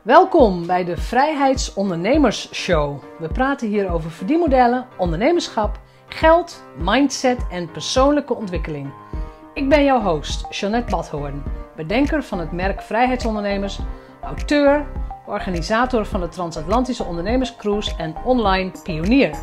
Welkom bij de Vrijheidsondernemers Show. We praten hier over verdienmodellen, ondernemerschap, geld, mindset en persoonlijke ontwikkeling. Ik ben jouw host, Jeanette Badhoorn, bedenker van het merk Vrijheidsondernemers, auteur, organisator van de Transatlantische Ondernemerscruise en online pionier.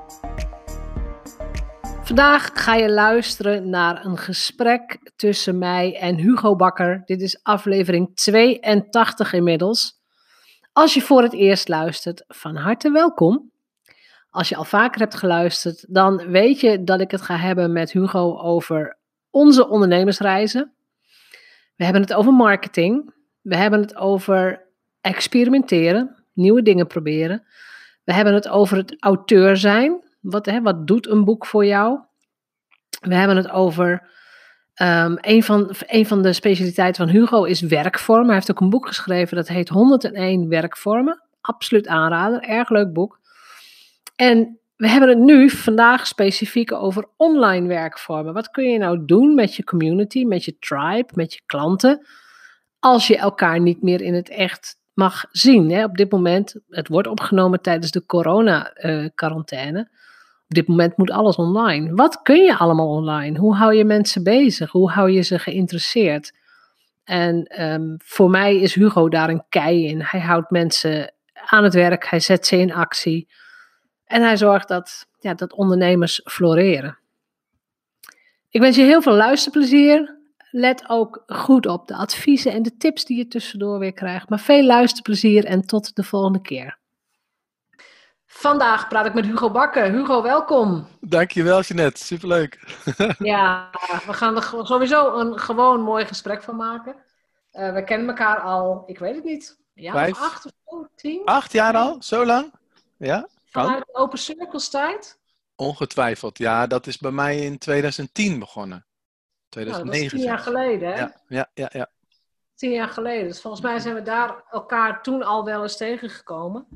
Vandaag ga je luisteren naar een gesprek tussen mij en Hugo Bakker. Dit is aflevering 82 inmiddels. Als je voor het eerst luistert, van harte welkom. Als je al vaker hebt geluisterd, dan weet je dat ik het ga hebben met Hugo over onze ondernemersreizen. We hebben het over marketing. We hebben het over experimenteren, nieuwe dingen proberen. We hebben het over het auteur zijn. Wat doet een boek voor jou? We hebben het over een van de specialiteiten van Hugo is werkvormen. Hij heeft ook een boek geschreven dat heet 101 werkvormen. Absoluut aanrader, erg leuk boek. En we hebben het nu vandaag specifiek over online werkvormen. Wat kun je nou doen met je community, met je tribe, met je klanten, als je elkaar niet meer in het echt mag zien? Hè? Op dit moment, het wordt opgenomen tijdens de corona-quarantaine. Op dit moment moet alles online. Wat kun je allemaal online? Hoe hou je mensen bezig? Hoe hou je ze geïnteresseerd? En voor mij is Hugo daar een kei in. Hij houdt mensen aan het werk, hij zet ze in actie. En hij zorgt dat ondernemers floreren. Ik wens je heel veel luisterplezier. Let ook goed op de adviezen en de tips die je tussendoor weer krijgt. Maar veel luisterplezier en tot de volgende keer. Vandaag praat ik met Hugo Bakker. Hugo, welkom. Dankjewel, Jeanette. Superleuk. Ja, we gaan er sowieso een gewoon mooi gesprek van maken. We kennen elkaar al, ik weet het niet, ja, 8 of zo, 10? 8 jaar al? Zo lang? Ja, vanuit de Open Circles tijd? Ongetwijfeld. Ja, dat is bij mij in 2010 begonnen. 2009 dat is 10 jaar geleden, hè? Ja. 10 jaar geleden. Dus volgens mij zijn we daar elkaar toen al wel eens tegengekomen.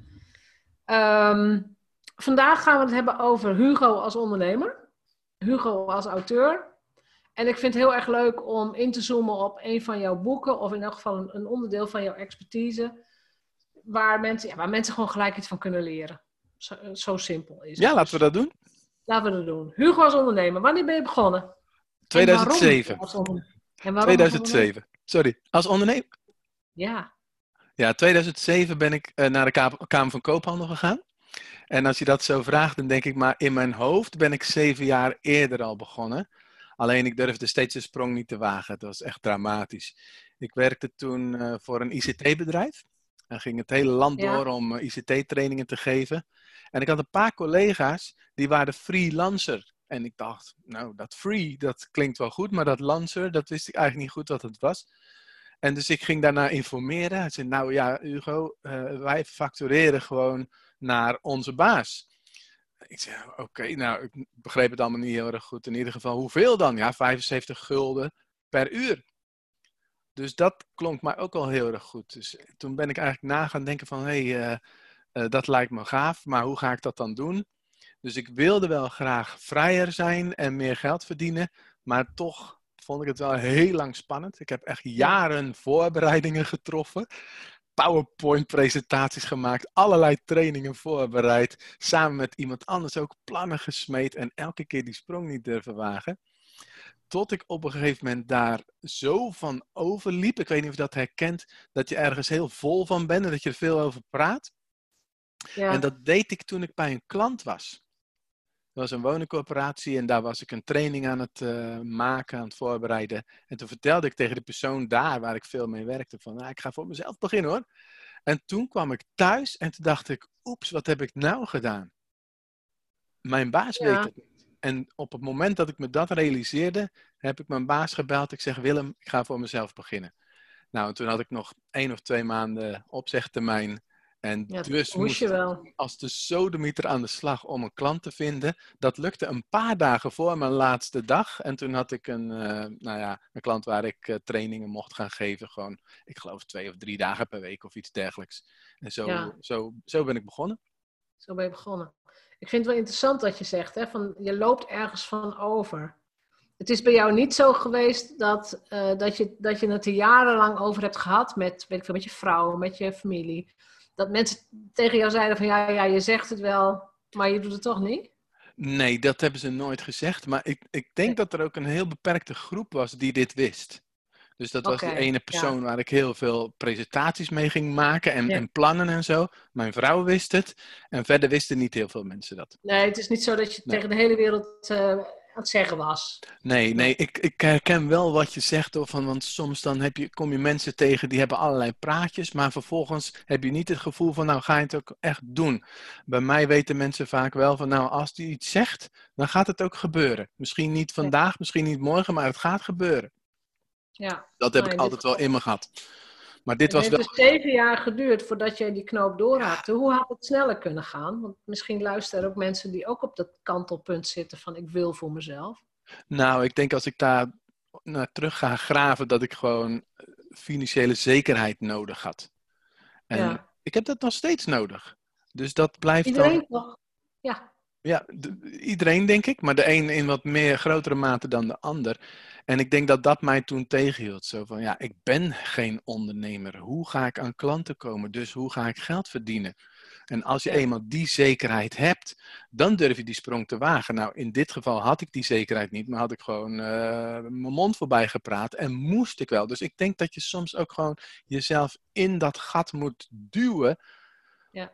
Vandaag gaan we het hebben over Hugo als ondernemer. Hugo als auteur. En ik vind het heel erg leuk om in te zoomen op een van jouw boeken. Of in elk geval een onderdeel van jouw expertise. Waar mensen gewoon gelijk iets van kunnen leren. Zo simpel is het. Ja, laten we dat doen. Laten we dat doen. Hugo als ondernemer. Wanneer ben je begonnen? 2007. En waarom 2007. Sorry, als ondernemer? Ja. Ja, 2007 ben ik naar de Kamer van Koophandel gegaan. En als je dat zo vraagt, dan denk ik, maar in mijn hoofd ben ik 7 jaar eerder al begonnen. Alleen ik durfde steeds de sprong niet te wagen. Dat was echt dramatisch. Ik werkte toen voor een ICT-bedrijf. En ging het hele land door om ICT-trainingen te geven. En ik had een paar collega's, die waren freelancer. En ik dacht, nou, dat free, dat klinkt wel goed. Maar dat lancer, dat wist ik eigenlijk niet goed wat het was. En dus ik ging daarna informeren. Hij zei, nou ja, Hugo, wij factureren gewoon naar onze baas. Ik zei, oké, nou, ik begreep het allemaal niet heel erg goed. In ieder geval, hoeveel dan? Ja, 75 gulden per uur. Dus dat klonk mij ook al heel erg goed. Dus toen ben ik eigenlijk na gaan denken van, dat lijkt me gaaf, maar hoe ga ik dat dan doen? Dus ik wilde wel graag vrijer zijn en meer geld verdienen, maar toch vond ik het wel heel lang spannend. Ik heb echt jaren voorbereidingen getroffen. PowerPoint-presentaties gemaakt, allerlei trainingen voorbereid, samen met iemand anders ook plannen gesmeed en elke keer die sprong niet durven wagen. Tot ik op een gegeven moment daar zo van overliep, ik weet niet of je dat herkent, dat je ergens heel vol van bent en dat je er veel over praat. Ja. En dat deed ik toen ik bij een klant was. Dat was een woningcorporatie en daar was ik een training aan het maken, aan het voorbereiden. En toen vertelde ik tegen de persoon daar, waar ik veel mee werkte, van nou, ik ga voor mezelf beginnen hoor. En toen kwam ik thuis en toen dacht ik, oeps, wat heb ik nou gedaan? Mijn baas weet het niet. En op het moment dat ik me dat realiseerde, heb ik mijn baas gebeld. Ik zeg, Willem, ik ga voor mezelf beginnen. Nou, en toen had ik nog 1 of 2 maanden opzegtermijn. En dus moest ik als de sodemieter aan de slag om een klant te vinden. Dat lukte een paar dagen voor mijn laatste dag. En toen had ik een klant waar ik trainingen mocht gaan geven. Gewoon, ik geloof 2 of 3 dagen per week of iets dergelijks. En zo ben ik begonnen. Zo ben je begonnen. Ik vind het wel interessant wat je zegt. Hè? Van, je loopt ergens van over. Het is bij jou niet zo geweest dat je het er jarenlang over hebt gehad met, weet ik veel, met je vrouw, met je familie. Dat mensen tegen jou zeiden van ja, je zegt het wel, maar je doet het toch niet? Nee, dat hebben ze nooit gezegd. Maar ik denk dat er ook een heel beperkte groep was die dit wist. Dus dat was die Oké, ene ja. persoon waar ik heel veel presentaties mee ging maken en, Ja. en plannen en zo. Mijn vrouw wist het. En verder wisten niet heel veel mensen dat. Nee, het is niet zo dat je Nee. tegen de hele wereld aan het zeggen was. Nee, Nee. ik herken wel wat je zegt, hoor, want soms dan kom je mensen tegen die hebben allerlei praatjes, maar vervolgens heb je niet het gevoel van, nou ga je het ook echt doen. Bij mij weten mensen vaak wel van, nou als die iets zegt, dan gaat het ook gebeuren. Misschien niet Nee. vandaag, misschien niet morgen, maar het gaat gebeuren. Ja. Dat heb Nou, ik in dit altijd wel geval. in me gehad. Maar dit Het was heeft wel... dus 7 jaar geduurd voordat jij die knoop doorhakte. Hoe had het sneller kunnen gaan? Want misschien luisteren ook mensen die ook op dat kantelpunt zitten van ik wil voor mezelf. Nou, ik denk als ik daar naar terug ga graven, dat ik gewoon financiële zekerheid nodig had. En Ja. ik heb dat nog steeds nodig. Dus dat blijft dan... Iedereen toch? Ja. Ja, iedereen denk ik, maar de een in wat meer grotere mate dan de ander. En ik denk dat dat mij toen tegenhield. Zo van, ja, ik ben geen ondernemer. Hoe ga ik aan klanten komen? Dus hoe ga ik geld verdienen? En als je Ja. eenmaal die zekerheid hebt, dan durf je die sprong te wagen. Nou, in dit geval had ik die zekerheid niet, maar had ik gewoon mijn mond voorbij gepraat en moest ik wel. Dus ik denk dat je soms ook gewoon jezelf in dat gat moet duwen Ja.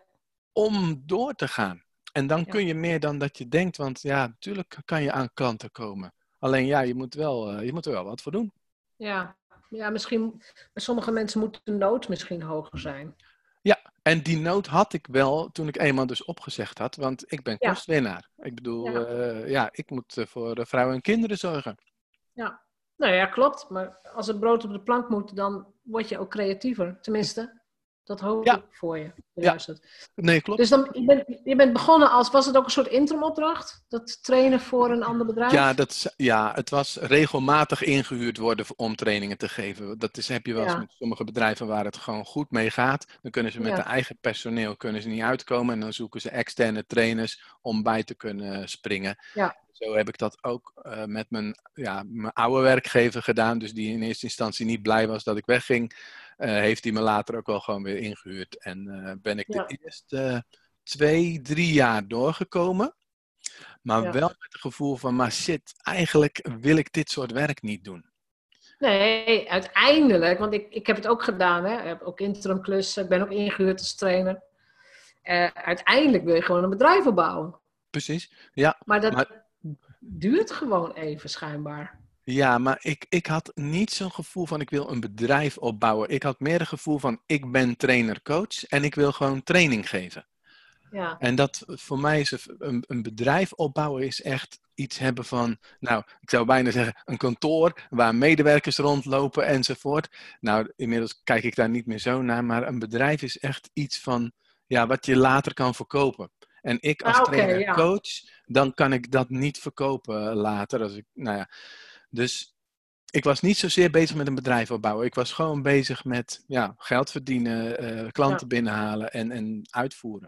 om door te gaan. En dan Ja. kun je meer dan dat je denkt, want ja, natuurlijk kan je aan klanten komen. Alleen ja, je moet er wel wat voor doen. Ja. Ja, misschien, bij sommige mensen moet de nood misschien hoger zijn. Ja, en die nood had ik wel toen ik eenmaal dus opgezegd had, want ik ben Ja. kostwinnaar. Ik bedoel, Ja. ja, ik moet voor vrouwen en kinderen zorgen. Ja. Nou ja, klopt. Maar als het brood op de plank moet, dan word je ook creatiever. Tenminste, dat hoop Ja, ik voor je. ja, Luistert. nee, Dus klopt. dan, je bent begonnen als, was het ook een soort interimopdracht? Dat trainen voor een ander bedrijf? Ja, het was regelmatig ingehuurd worden om trainingen te geven. Heb je wel eens Ja, met sommige bedrijven waar het gewoon goed mee gaat. Dan kunnen ze met de ja, eigen personeel niet uitkomen. En dan zoeken ze externe trainers om bij te kunnen springen. ja, Zo heb ik dat ook met mijn oude werkgever gedaan. Dus die in eerste instantie niet blij was dat ik wegging. Heeft hij me later ook wel gewoon weer ingehuurd. En ben ik de ja, eerste 2, 3 jaar doorgekomen. Maar ja. wel met het gevoel van, maar shit, eigenlijk wil ik dit soort werk niet doen. Nee, uiteindelijk, want ik heb het ook gedaan. Hè. Ik heb ook interimklussen, ik ben ook ingehuurd als trainer. Uiteindelijk wil je gewoon een bedrijf opbouwen. Precies, ja. Maar dat Maar, duurt gewoon even schijnbaar. ja, maar ik had niet zo'n gevoel van, ik wil een bedrijf opbouwen. Ik had meer het gevoel van, ik ben trainer-coach en ik wil gewoon training geven. Ja, En dat voor mij is een bedrijf opbouwen is echt iets hebben van, nou, ik zou bijna zeggen, een kantoor waar medewerkers rondlopen enzovoort. Nou, inmiddels kijk ik daar niet meer zo naar, maar een bedrijf is echt iets van, ja, wat je later kan verkopen. En ik als oké, ja. trainer-coach, dan kan ik dat niet verkopen later. Nou ja, dus ik was niet zozeer bezig met een bedrijf opbouwen. Ik was gewoon bezig met ja, geld verdienen, klanten Ja, binnenhalen en uitvoeren.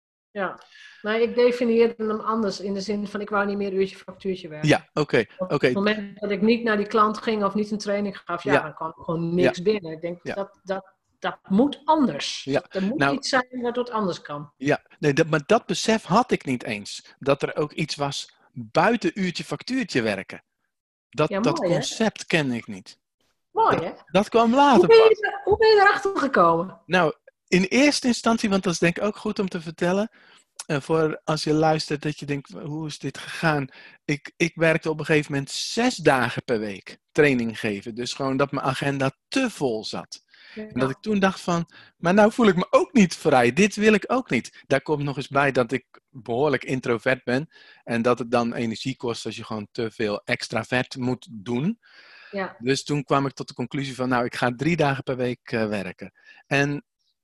ja. Maar ik definieerde hem anders in de zin van ik wou niet meer uurtje factuurtje werken. Ja, oké. Op het moment dat ik niet naar die klant ging of niet een training gaf, ja, Ja, dan kwam er gewoon ja, niks binnen. Ik denk, ja, dat moet anders. ja. Er moet Nou, iets zijn waardoor het anders kan. ja. Nee, maar dat besef had ik niet eens. Dat er ook iets was buiten uurtje factuurtje werken. Ja, Dat mooi hè? concept ken ik niet. Mooi hè? Dat kwam Hoe later ben pas. hoe ben je erachter gekomen? Nou, in eerste instantie, want dat is denk ik ook goed om te vertellen. Voor als je luistert dat je denkt, hoe is dit gegaan? Ik werkte op een gegeven moment 6 dagen per week training geven. Dus gewoon dat mijn agenda te vol zat. En dat ik Ja, toen dacht van, maar nou voel ik me ook niet vrij. Dit wil ik ook niet. Daar komt nog eens bij dat ik behoorlijk introvert ben. En dat het dan energie kost als je gewoon te veel extravert moet doen. ja, Dus toen kwam ik tot de conclusie van, nou ik ga 3 dagen per week werken. En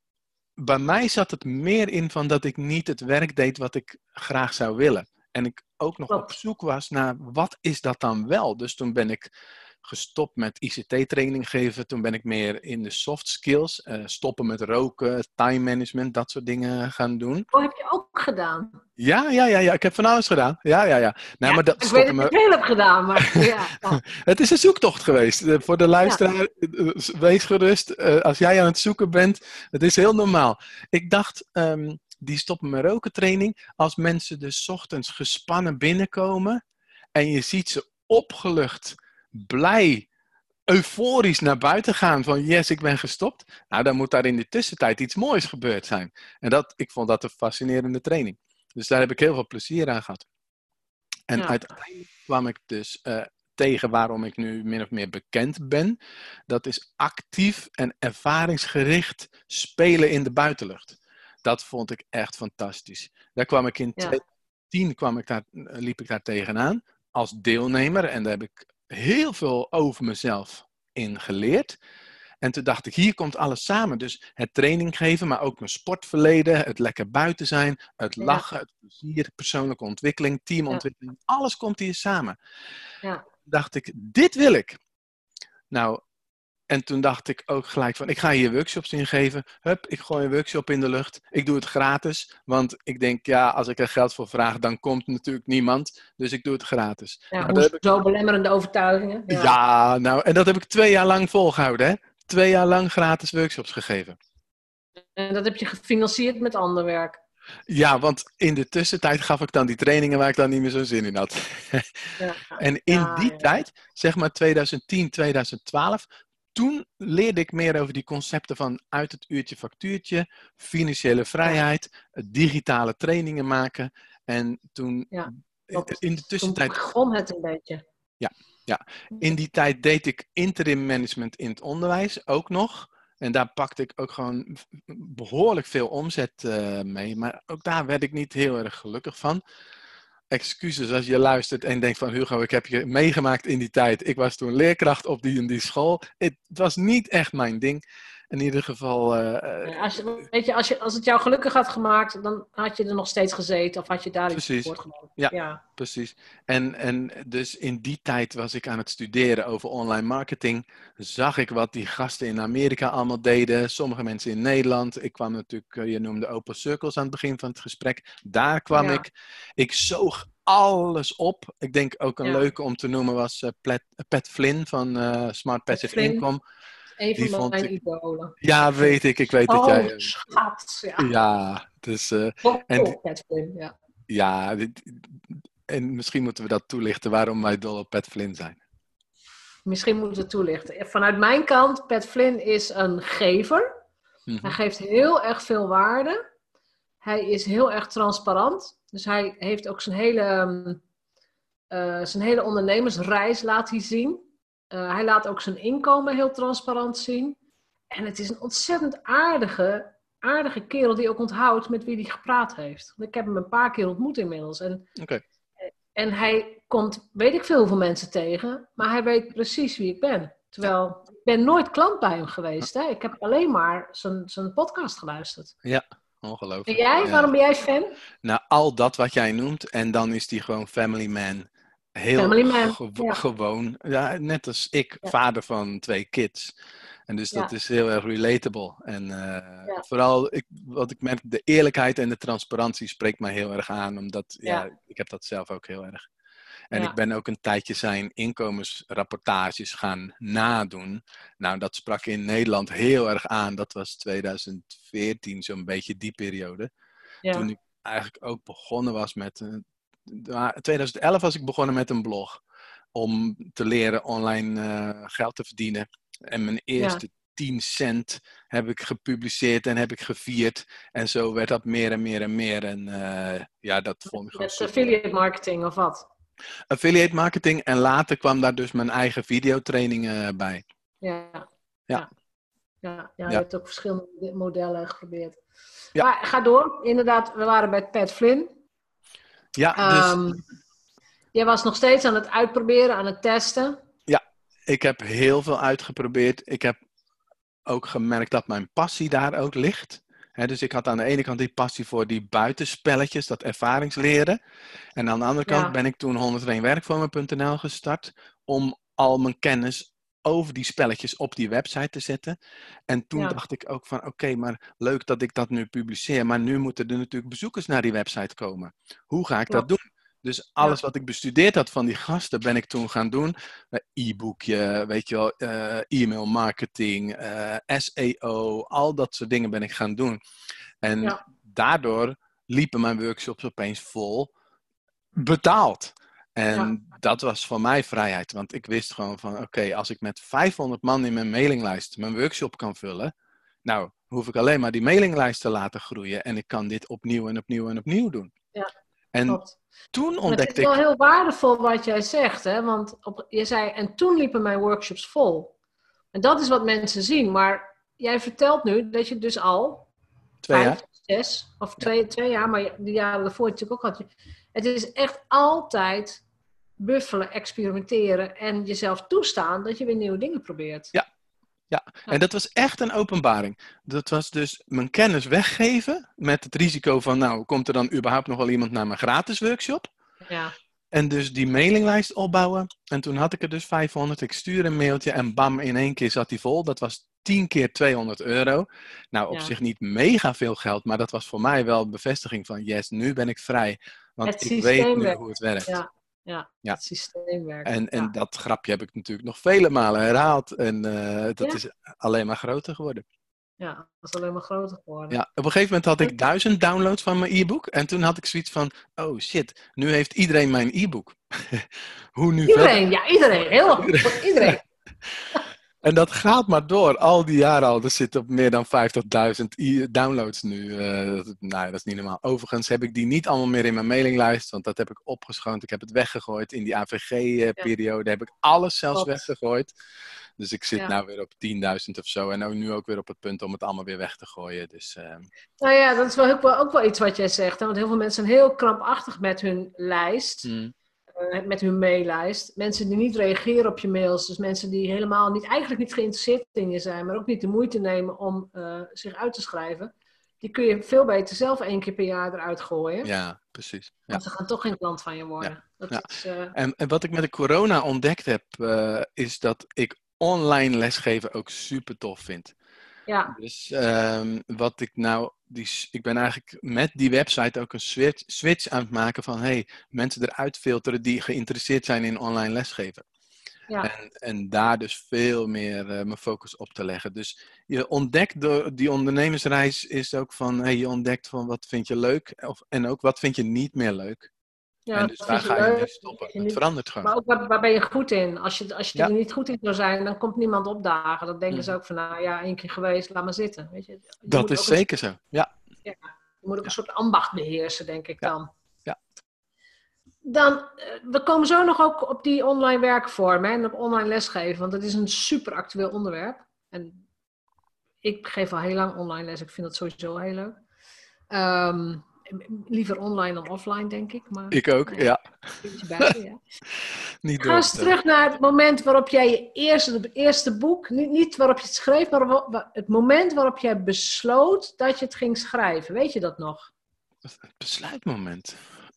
bij mij zat het meer in van dat ik niet het werk deed wat ik graag zou willen. En ik ook nog op klopt. zoek was naar wat is dat dan wel. Dus toen ben ik gestopt met ICT-training geven. Toen ben ik meer in de soft skills, stoppen met roken, time management, dat soort dingen gaan doen. Oh, heb je ook gedaan? Ja. Ik heb van alles gedaan. Ja. Nou, Ja, maar dat ik weet stoppen dat je me. veel hebt gedaan, maar ja. Het is een zoektocht geweest. Voor de Ja, luisteraar, wees gerust. Als jij aan het zoeken bent, het is heel normaal. Ik dacht, die stoppen met roken training. Als mensen dus 's ochtends gespannen binnenkomen en je ziet ze opgelucht, blij, euforisch naar buiten gaan van yes, ik ben gestopt. Nou, dan moet daar in de tussentijd iets moois gebeurd zijn. En ik vond dat een fascinerende training. Dus daar heb ik heel veel plezier aan gehad. En ja, uiteindelijk kwam ik dus tegen waarom ik nu min of meer bekend ben. Dat is actief en ervaringsgericht spelen in de buitenlucht. Dat vond ik echt fantastisch. Daar kwam ik in ja, 2010 liep ik daar tegenaan als deelnemer. En daar heb ik heel veel over mezelf in geleerd. En toen dacht ik, hier komt alles samen. Dus het training geven, maar ook mijn sportverleden, het lekker buiten zijn, het ja, lachen, het plezier, persoonlijke ontwikkeling, ja, teamontwikkeling. Alles komt hier samen. ja. Dacht ik, dit wil ik. Nou, en toen dacht ik ook gelijk van, ik ga hier workshops in geven. Hup, ik gooi een workshop in de lucht. Ik doe het gratis, want ik denk, ja, als ik er geld voor vraag, dan komt natuurlijk niemand. Dus ik doe het gratis. Ja, Nou, dat heb ik, hoezo belemmerende overtuigingen? Ja. ja, nou, en dat heb ik 2 jaar lang volgehouden, hè. 2 jaar lang gratis workshops gegeven. En dat heb je gefinancierd met ander werk. Ja, want in de tussentijd gaf ik dan die trainingen waar ik dan niet meer zo'n zin in had. Ja, En in ja, die tijd, zeg maar 2010, 2012, toen leerde ik meer over die concepten van uit het uurtje factuurtje, financiële ja, vrijheid, digitale trainingen maken. En toen, ja. Dat, in de toen tussentijd, begon het een beetje. ja, ja, in die tijd deed ik interim management in het onderwijs ook nog. En daar pakte ik ook gewoon behoorlijk veel omzet mee. Maar ook daar werd ik niet heel erg gelukkig van. Excuses als je luistert en denkt van Hugo, ik heb je meegemaakt in die tijd. Ik was toen leerkracht op die en die school. Het was niet echt mijn ding. In ieder geval... Nee, weet je, als het jou gelukkig had gemaakt, dan had je er nog steeds gezeten of had je daar iets precies. voor genomen. Ja, Ja, precies. En dus in die tijd was ik aan het studeren over online marketing. Zag ik wat die gasten in Amerika allemaal deden. Sommige mensen in Nederland. Ik kwam natuurlijk, je noemde Open Circles aan het begin van het gesprek. Daar kwam ja, ik. Ik zoog alles op. Ik denk ook een ja. leuke om te noemen was Pat Flynn van Smart Het Passive Flynn, Income. een Die van vond mijn ik... idolen. Ja, Het Flynn. weet ik. Ik weet dat Oh, jij... schat. Ja. ja, dus... en Oh, het Flynn, ja. ja, en misschien moeten we dat toelichten waarom wij dol op Pat Flynn zijn. Misschien moeten we het toelichten. Vanuit mijn kant, Pat Flynn is een gever. Hij Mhm. geeft heel erg veel waarde. Hij is heel erg transparant. Dus hij heeft ook zijn hele ondernemersreis laat hij zien. Hij laat ook zijn inkomen heel transparant zien. En het is een ontzettend aardige kerel die ook onthoudt met wie hij gepraat heeft. Want ik heb hem een paar keer ontmoet inmiddels. Oké. En hij komt, weet ik veel hoeveel mensen tegen, maar hij weet precies wie ik ben. Ja. Terwijl, ik ben nooit klant bij hem geweest. Hè? Ik heb alleen maar zijn podcast geluisterd. Ja, En ongelooflijk. jij? Ja. Waarom ben jij fan? Nou, al dat wat jij noemt, en dan is die gewoon family man. Heel Family Man. Ja, gewoon. Ja, net als ik, ja, vader van 2 kids. En dus dat ja, is heel erg relatable. En ja, vooral, wat ik merk, de eerlijkheid en de transparantie spreekt mij heel erg aan. Omdat, ja, ja, ik heb dat zelf ook heel erg. En ik ja, ben ook een tijdje zijn inkomensrapportages gaan nadoen. Nou, dat sprak in Nederland heel erg aan. Dat was 2014, zo'n beetje die periode. Toen ja, ik eigenlijk ook begonnen was met... 2011 was ik begonnen met een blog. Om te leren online geld te verdienen. En mijn ja. eerste 10 cent heb ik gepubliceerd en heb ik gevierd. En zo werd dat meer en meer en meer. En ja, dat vond ik gewoon Met super leuk. affiliate marketing of wat? Affiliate marketing en later kwam daar dus mijn eigen videotraining bij. Ja, Ja, ja, ja, ja. Je ja, hebt ook verschillende modellen geprobeerd. ja, Maar ga door. Inderdaad, we waren bij Pat Flynn. ja, dus Ehm, jij was nog steeds aan het uitproberen, aan het testen. ja, ik heb heel veel uitgeprobeerd. Ik heb ook gemerkt dat mijn passie daar ook ligt. Dus ik had aan de ene kant die passie voor die buitenspelletjes, dat ervaringsleren. En aan de andere kant Ja, ben ik toen 101werkvormen.nl gestart om al mijn kennis over die spelletjes op die website te zetten. En toen dacht ik ook van, oké, maar leuk dat ik dat nu publiceer, maar nu moeten er natuurlijk bezoekers naar die website komen. Hoe ga ik dat doen? Dus alles wat ik bestudeerd had van die gasten, ben ik toen gaan doen. E-boekje, weet je wel, e-mail marketing, SEO, al dat soort dingen ben ik gaan doen. En daardoor liepen mijn workshops opeens vol betaald. En dat was voor mij vrijheid. Want ik wist gewoon van, oké, als ik met 500 man in mijn mailinglijst mijn workshop kan vullen, nou, hoef ik alleen maar die mailinglijst te laten groeien. En ik kan dit opnieuw en opnieuw en opnieuw doen. Ja, en klopt. Toen ontdekte ik... Het is wel heel waardevol wat jij zegt, hè? Want je zei, en toen liepen mijn workshops vol. En dat is wat mensen zien. Maar jij vertelt nu dat je dus al 5, 6 of 2 jaar, maar de jaren daarvoor natuurlijk ook had. Het is echt altijd buffelen, experimenteren en jezelf toestaan dat je weer nieuwe dingen probeert. Ja, en dat was echt een openbaring. Dat was dus mijn kennis weggeven met het risico van, nou, komt er dan überhaupt nog wel iemand naar mijn gratis workshop? Ja. En dus die mailinglijst opbouwen. En toen had ik er dus 500. Ik stuurde een mailtje en bam, in één keer zat die vol. Dat was 10 keer €200. Nou, op zich niet mega veel geld, maar dat was voor mij wel een bevestiging van, yes, nu ben ik vrij. Want ik weet nu hoe het werkt. Ja, het systeem werkt. En dat grapje heb ik natuurlijk nog vele malen herhaald. En dat is alleen maar groter geworden. Ja, dat is alleen maar groter geworden. Ja, op een gegeven moment had ik 1000 downloads van mijn e-book. En toen had ik zoiets van, oh shit, nu heeft iedereen mijn e-book. Hoe nu iedereen, verder? Ja, iedereen. Heel goed, iedereen. En dat gaat maar door. Al die jaren al. Er zitten op meer dan 50.000 downloads nu. Dat is niet normaal. Overigens heb ik die niet allemaal meer in mijn mailinglijst. Want dat heb ik opgeschoond. Ik heb het weggegooid. In die AVG-periode heb ik alles zelfs weggegooid. Dus ik zit nou weer op 10.000 of zo. En nu ook weer op het punt om het allemaal weer weg te gooien. Dus, Nou ja, dat is ook wel iets wat jij zegt. Hè? Want heel veel mensen zijn heel krampachtig met hun lijst. Met hun maillijst. Mensen die niet reageren op je mails. Dus mensen die eigenlijk niet geïnteresseerd in je zijn. Maar ook niet de moeite nemen om zich uit te schrijven. Die kun je veel beter zelf 1 keer per jaar eruit gooien. Ja, precies. Ja. Want ze gaan toch geen klant van je worden. Ja. Dat is, en wat ik met de corona ontdekt heb. Is dat ik online lesgeven ook super tof vind. Ja. Dus wat ik nou... Ik ben eigenlijk met die website ook een switch aan het maken van... Hey, mensen eruit filteren die geïnteresseerd zijn in online lesgeven. Ja. En daar dus veel meer mijn focus op te leggen. Dus je ontdekt door die ondernemersreis is ook van... Hey, je ontdekt van wat vind je leuk en ook wat vind je niet meer leuk. Ja, en dus waar ga je mee stoppen? Het verandert gewoon. Maar ook waar ben je goed in? Als je er niet goed in zou zijn, dan komt niemand opdagen. Dan denken ze ook van, nou ja, 1 keer geweest, laat maar zitten. Weet je dat is zeker zo, ja. Je moet ook een soort ambacht beheersen, denk ik dan. Ja. Dan, we komen zo nog ook op die online werkvorm en op online lesgeven. Want dat is een super actueel onderwerp. En ik geef al heel lang online les. Ik vind dat sowieso heel leuk. Liever online dan offline, denk ik. Maar, ik ook, ja. Ga eens terug naar het moment waarop jij je eerste boek, niet waarop je het schreef, maar het moment waarop jij besloot dat je het ging schrijven. Weet je dat nog? Het besluitmoment?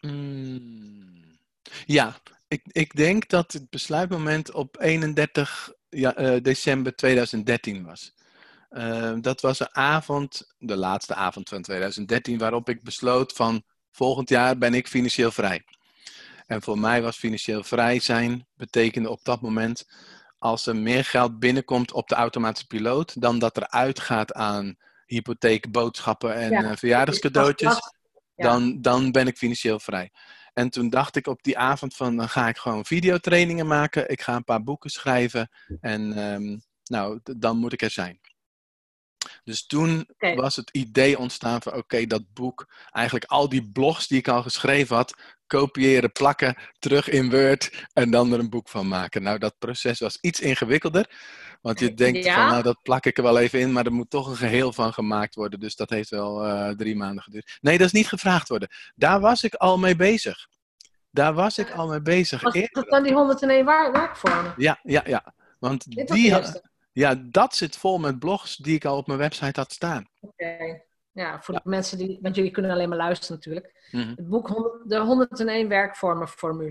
Ja, ik denk dat het besluitmoment op 31 december 2013 was. Dat was een avond, de laatste avond van 2013, waarop ik besloot van volgend jaar ben ik financieel vrij. En voor mij was financieel vrij zijn, betekende op dat moment, als er meer geld binnenkomt op de automatische piloot, dan dat er uitgaat aan hypotheek, boodschappen en verjaardagscadeautjes, dan ben ik financieel vrij. En toen dacht ik op die avond van, dan ga ik gewoon videotrainingen maken, ik ga een paar boeken schrijven en dan moet ik er zijn. Dus toen was het idee ontstaan van dat boek, eigenlijk al die blogs die ik al geschreven had, kopiëren, plakken, terug in Word en dan er een boek van maken. Nou, dat proces was iets ingewikkelder, want je denkt van, nou dat plak ik er wel even in, maar er moet toch een geheel van gemaakt worden. Dus dat heeft wel 3 maanden geduurd. Nee, dat is niet gevraagd worden. Daar was ik al mee bezig. Was het dan die 101 werkvormen? Ja. Want dat zit vol met blogs die ik al op mijn website had staan. Oké. Ja, voor de mensen want jullie kunnen alleen maar luisteren natuurlijk. Het boek De 101 werkvormen formule.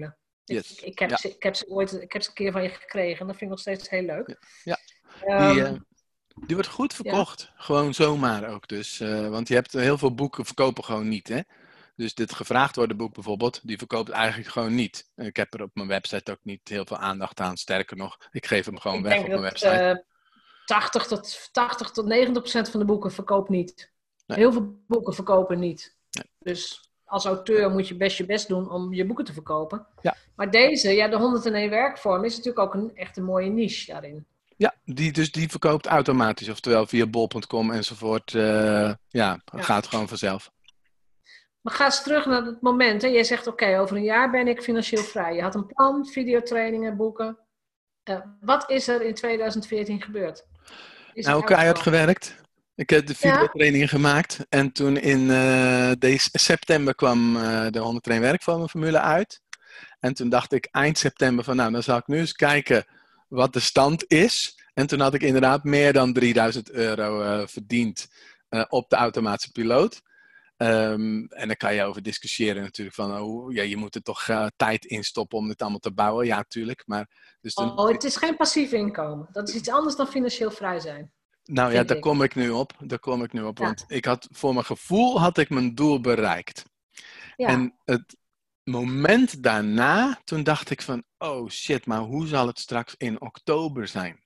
Yes. Ik heb ze een keer van je gekregen. En dat vind ik nog steeds heel leuk. Ja. Ehm, Die wordt goed ja. verkocht. Gewoon zomaar ook dus. Want je hebt heel veel boeken verkopen gewoon niet, hè. Dus dit gevraagd worden boek bijvoorbeeld, die verkoopt eigenlijk gewoon niet. Ik heb er op mijn website ook niet heel veel aandacht aan. Sterker nog, ik geef hem gewoon Ik weg denk op mijn dat website. 80 tot 90% van de boeken verkoopt niet. Nee. Heel veel boeken verkopen niet. Nee. Dus als auteur moet je best je best doen om je boeken te verkopen. Ja. Maar deze, de 101 werkvorm, is natuurlijk ook echt een mooie niche daarin. Ja, die verkoopt automatisch. Oftewel via bol.com enzovoort. Gaat gewoon vanzelf. Maar ga eens terug naar het moment. Hè. Jij zegt, oké, over een jaar ben ik financieel vrij. Je had een plan, videotrainingen, boeken. Wat is er in 2014 gebeerd? Keihard gewerkt. Ik heb de videotrainingen gemaakt. En toen in september kwam de 101 werkvormen formule uit. En toen dacht ik eind september van dan zal ik nu eens kijken wat de stand is. En toen had ik inderdaad meer dan €3000 verdiend op de automatische piloot. En daar kan je over discussiëren natuurlijk van, je moet er toch tijd in stoppen om dit allemaal te bouwen. Ja, tuurlijk. Maar, dus het is geen passief inkomen. Dat is iets anders dan financieel vrij zijn. Nou ja, daar kom ik nu op. Ja. Want voor mijn gevoel had ik mijn doel bereikt. Ja. En het moment daarna, toen dacht ik van, oh shit, maar hoe zal het straks in oktober zijn?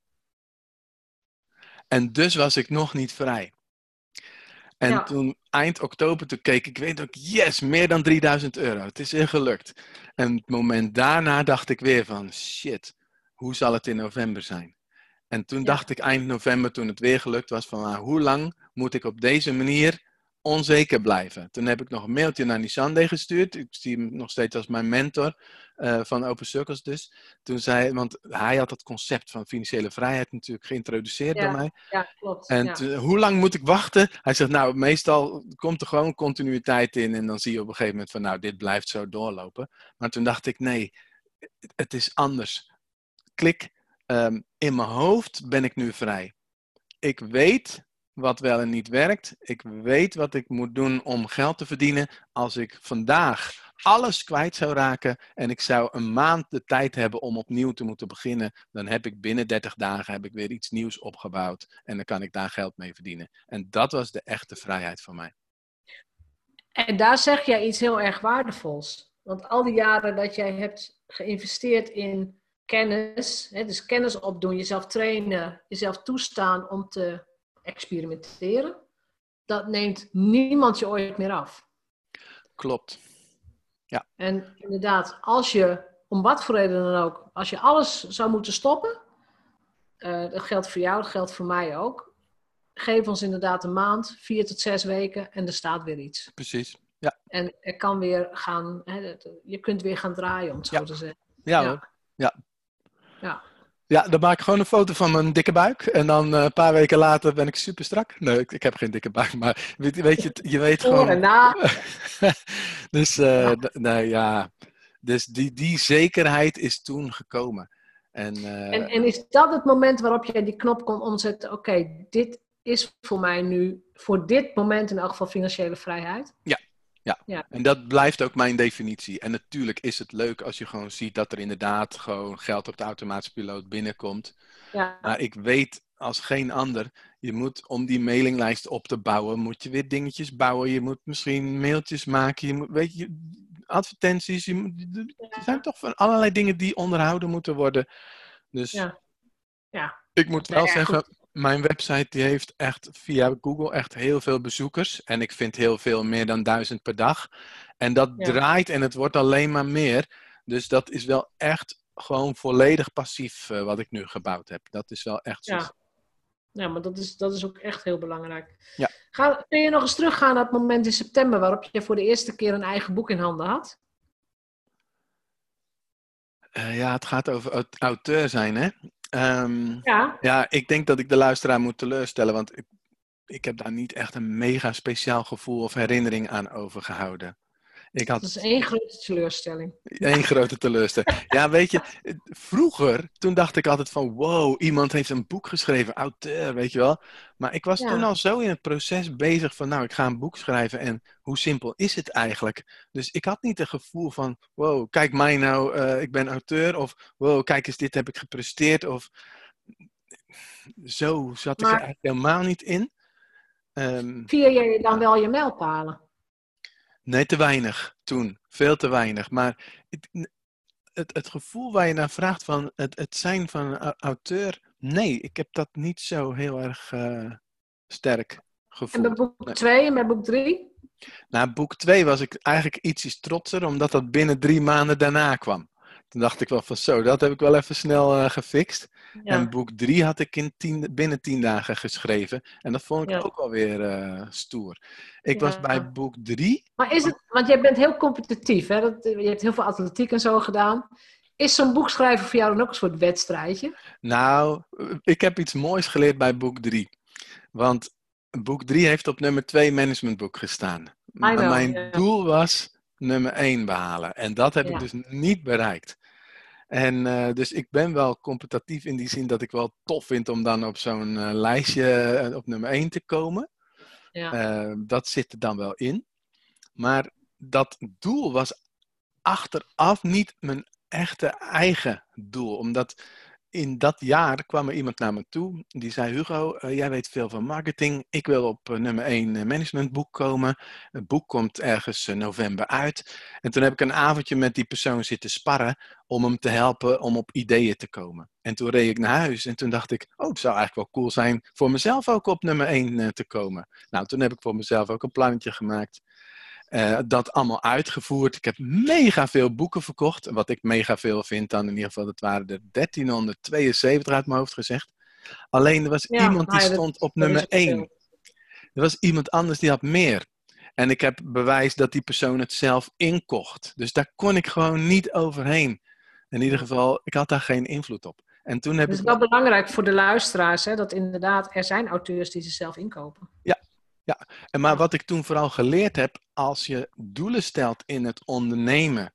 En dus was ik nog niet vrij. En toen, eind oktober, toen keek ik, weet ook, yes, meer dan €3000. Het is weer gelukt. En het moment daarna dacht ik weer van, shit, hoe zal het in november zijn? En toen dacht ik eind november, toen het weer gelukt was, van hoe lang moet ik op deze manier onzeker blijven? Toen heb ik nog een mailtje naar Nishande gestuurd. Ik zie hem nog steeds als mijn mentor van Open Circles dus. Toen want hij had dat concept van financiële vrijheid natuurlijk geïntroduceerd bij mij. Ja, klopt. En hoe lang moet ik wachten? Hij zegt, meestal komt er gewoon continuïteit in en dan zie je op een gegeven moment van, dit blijft zo doorlopen. Maar toen dacht ik, nee, het is anders. Klik. In mijn hoofd ben ik nu vrij. Ik weet wat wel en niet werkt. Ik weet wat ik moet doen om geld te verdienen. Als ik vandaag alles kwijt zou raken en ik zou een maand de tijd hebben om opnieuw te moeten beginnen, dan heb ik binnen 30 dagen weer iets nieuws opgebouwd en dan kan ik daar geld mee verdienen. En dat was de echte vrijheid voor mij. En daar zeg jij iets heel erg waardevols. Want al die jaren dat jij hebt geïnvesteerd in kennis, dus kennis opdoen, jezelf trainen, jezelf toestaan om te experimenteren, dat neemt niemand je ooit meer af. Klopt. Ja. En inderdaad, als je, om wat voor reden dan ook, als je alles zou moeten stoppen, dat geldt voor jou, dat geldt voor mij ook, geef ons inderdaad een maand, 4 tot 6 weken en er staat weer iets. Precies, ja. En er kan weer gaan, je kunt weer gaan draaien, om het zo te zeggen. Ja hoor, ja. Ja, dan maak ik gewoon een foto van mijn dikke buik. En dan een paar weken later ben ik super strak. Nee, ik heb geen dikke buik, maar weet je weet gewoon... Dus, dus die zekerheid is toen gekomen. En is dat het moment waarop je die knop kon omzetten? Oké, dit is voor mij nu, voor dit moment in elk geval financiële vrijheid? Ja, en dat blijft ook mijn definitie. En natuurlijk is het leuk als je gewoon ziet dat er inderdaad gewoon geld op de automatische piloot binnenkomt. Ja. Maar ik weet als geen ander, je moet om die mailinglijst op te bouwen, moet je weer dingetjes bouwen. Je moet misschien mailtjes maken, je moet, advertenties. Er zijn toch van allerlei dingen die onderhouden moeten worden. Dus ik moet wel zeggen... Mijn website die heeft echt via Google echt heel veel bezoekers. En ik vind heel veel, meer dan 1000 per dag. En dat draait en het wordt alleen maar meer. Dus dat is wel echt gewoon volledig passief wat ik nu gebouwd heb. Dat is wel echt zo. Ja, maar dat is ook echt heel belangrijk. Ja. Kun je nog eens teruggaan naar het moment in september waarop je voor de eerste keer een eigen boek in handen had? Het gaat over auteur zijn, hè? Ik denk dat ik de luisteraar moet teleurstellen, want ik heb daar niet echt een mega speciaal gevoel of herinnering aan overgehouden. Dat is één grote teleurstelling. Eén grote teleurstelling. Ja, weet je, vroeger, toen dacht ik altijd van, wow, iemand heeft een boek geschreven, auteur, weet je wel. Maar ik was toen Ja, al zo in het proces bezig van, nou, ik ga een boek schrijven en hoe simpel is het eigenlijk? Dus ik had niet het gevoel van, wow, kijk mij nou, ik ben auteur, of wow, kijk eens, dit heb ik gepresteerd, of zo zat ik er maar eigenlijk helemaal niet in. vier je dan Ja. wel je mijlpalen? Nee, te weinig toen. Veel te weinig. Maar het gevoel waar je naar vraagt van het zijn van een auteur, nee, ik heb dat niet zo heel erg sterk En bij gevoeld. boek Nee. 2 en bij boek 3? Na boek 2 was ik eigenlijk ietsjes trotser, omdat dat binnen 3 maanden daarna kwam. Toen dacht ik wel van zo, dat heb ik wel even snel gefixt. En Ja, boek 3 had ik binnen 10 dagen geschreven. En dat vond ik ja, ook wel weer stoer. Ik was bij ja. boek 3. Maar is het, want jij bent heel competitief, hè? Je hebt heel veel atletiek en zo gedaan. Is zo'n boek schrijven voor jou dan ook een soort wedstrijdje? Nou, ik heb iets moois geleerd bij boek 3. Want boek 3 heeft op nummer 2 managementboek gestaan. I Maar know, mijn ja. doel was nummer 1 behalen. En dat heb ik Ja, dus niet bereikt. En dus ik ben wel competitief in die zin dat ik wel tof vind om dan op zo'n lijstje op nummer 1 te komen. ja. Dat zit er dan wel in. Maar dat doel was achteraf niet mijn echte eigen doel. Omdat in dat jaar kwam er iemand naar me toe. Die zei, Hugo, jij weet veel van marketing. Ik wil op nummer 1 managementboek komen. Het boek komt ergens november uit. En toen heb ik een avondje met die persoon zitten sparren om hem te helpen om op ideeën te komen. En toen reed ik naar huis en toen dacht ik, oh, het zou eigenlijk wel cool zijn voor mezelf ook op nummer 1 te komen. Nou, toen heb ik voor mezelf ook een plannetje gemaakt. Dat allemaal uitgevoerd. Ik heb mega veel boeken verkocht. Wat ik mega veel vind dan in ieder geval, dat waren er 1372 uit mijn hoofd gezegd. Alleen er was Ja, iemand die nou ja, stond op dat is nummer ook 1. veel. Er was iemand anders die had meer. En ik heb bewijs dat die persoon het zelf inkocht. Dus daar kon ik gewoon niet overheen. In ieder Ja. geval, ik had daar geen invloed op. En toen heb Het ik is wel... wel belangrijk voor de luisteraars, hè, dat inderdaad er zijn auteurs die ze zelf inkopen. Ja, ja. Maar Ja. wat ik toen vooral geleerd heb, als je doelen stelt in het ondernemen,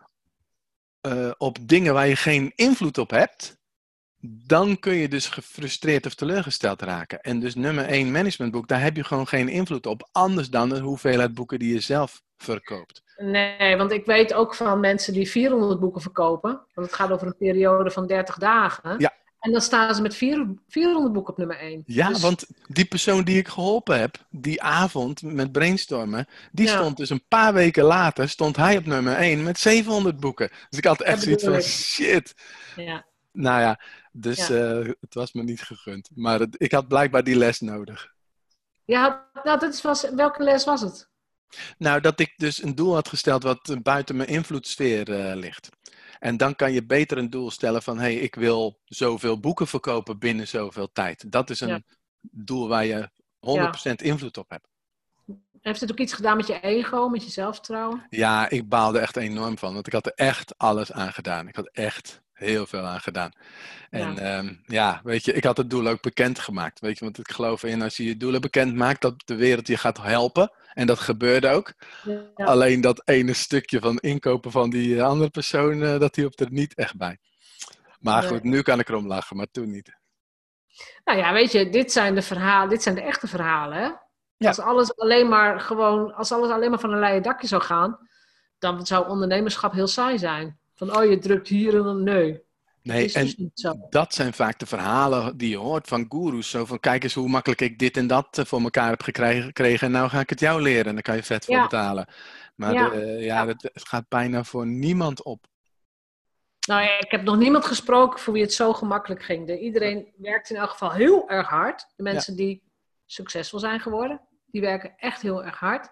op dingen waar je geen invloed op hebt, dan kun je dus gefrustreerd of teleurgesteld raken. En dus nummer 1 managementboek, daar heb je gewoon geen invloed op. Anders dan de hoeveelheid boeken die je zelf verkoopt. Nee, want ik weet ook van mensen die 400 boeken verkopen. Want het gaat over een periode van 30 dagen. Ja, En dan staan ze met 400 boeken op nummer 1. ja, Dus want die persoon die ik geholpen heb, die avond met brainstormen, die ja, stond dus een paar weken later, stond hij op nummer 1 met 700 boeken. Dus ik had echt dat zoiets bedoel van, ik. shit. Ja, Nou ja, dus ja. het was me niet gegund. Maar ik had blijkbaar die les nodig. Nou, welke les was het? Nou, dat ik dus een doel had gesteld wat buiten mijn invloedssfeer ligt. En dan kan je beter een doel stellen van, hey, ik wil zoveel boeken verkopen binnen zoveel tijd. Dat is Ja, een doel waar je ja. 100% invloed op hebt. Heeft het ook iets gedaan met je ego, met je zelfvertrouwen? Ja, ik baalde echt enorm van, want ik had er echt alles aan gedaan. Ik had echt heel veel aan gedaan. En Ja, ja, weet je, ik had het doel ook bekendgemaakt. Weet je, want ik geloof in als je je doelen bekend maakt, dat de wereld je gaat helpen. En dat gebeurde ook. ja. Alleen dat ene stukje van inkopen van die andere persoon, dat hielp er niet echt bij. Maar goed, Nee. nu kan ik erom lachen, maar toen niet. Nou ja, weet je, dit zijn de verhalen, dit zijn de echte verhalen, hè? Ja, Als alles alleen maar van een leien dakje zou gaan, dan zou ondernemerschap heel saai zijn. Van, oh, je drukt hier en dan nee. Dat nee, is dus en niet zo. dat zijn vaak de verhalen die je hoort van goeroes. Zo van, kijk eens hoe makkelijk ik dit en dat voor elkaar heb gekregen. En nou ga ik het jou leren en daar kan je vet voor Ja, betalen. Maar ja, ja, ja. het gaat bijna voor niemand op. Nou ja, ik heb nog niemand gesproken voor wie het zo gemakkelijk ging. Iedereen werkt in elk geval heel erg hard. De Ja. mensen die succesvol zijn geworden, die werken echt heel erg hard.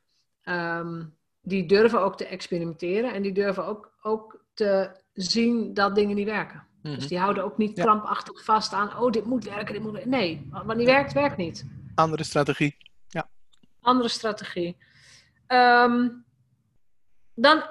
Die durven ook te experimenteren en die durven ook te zien dat dingen niet werken. Dus die houden ook niet Ja. krampachtig vast aan, oh, dit moet werken, dit moet werken. Nee, wat niet werkt, werkt niet. Andere strategie. Ja. Andere strategie. Dan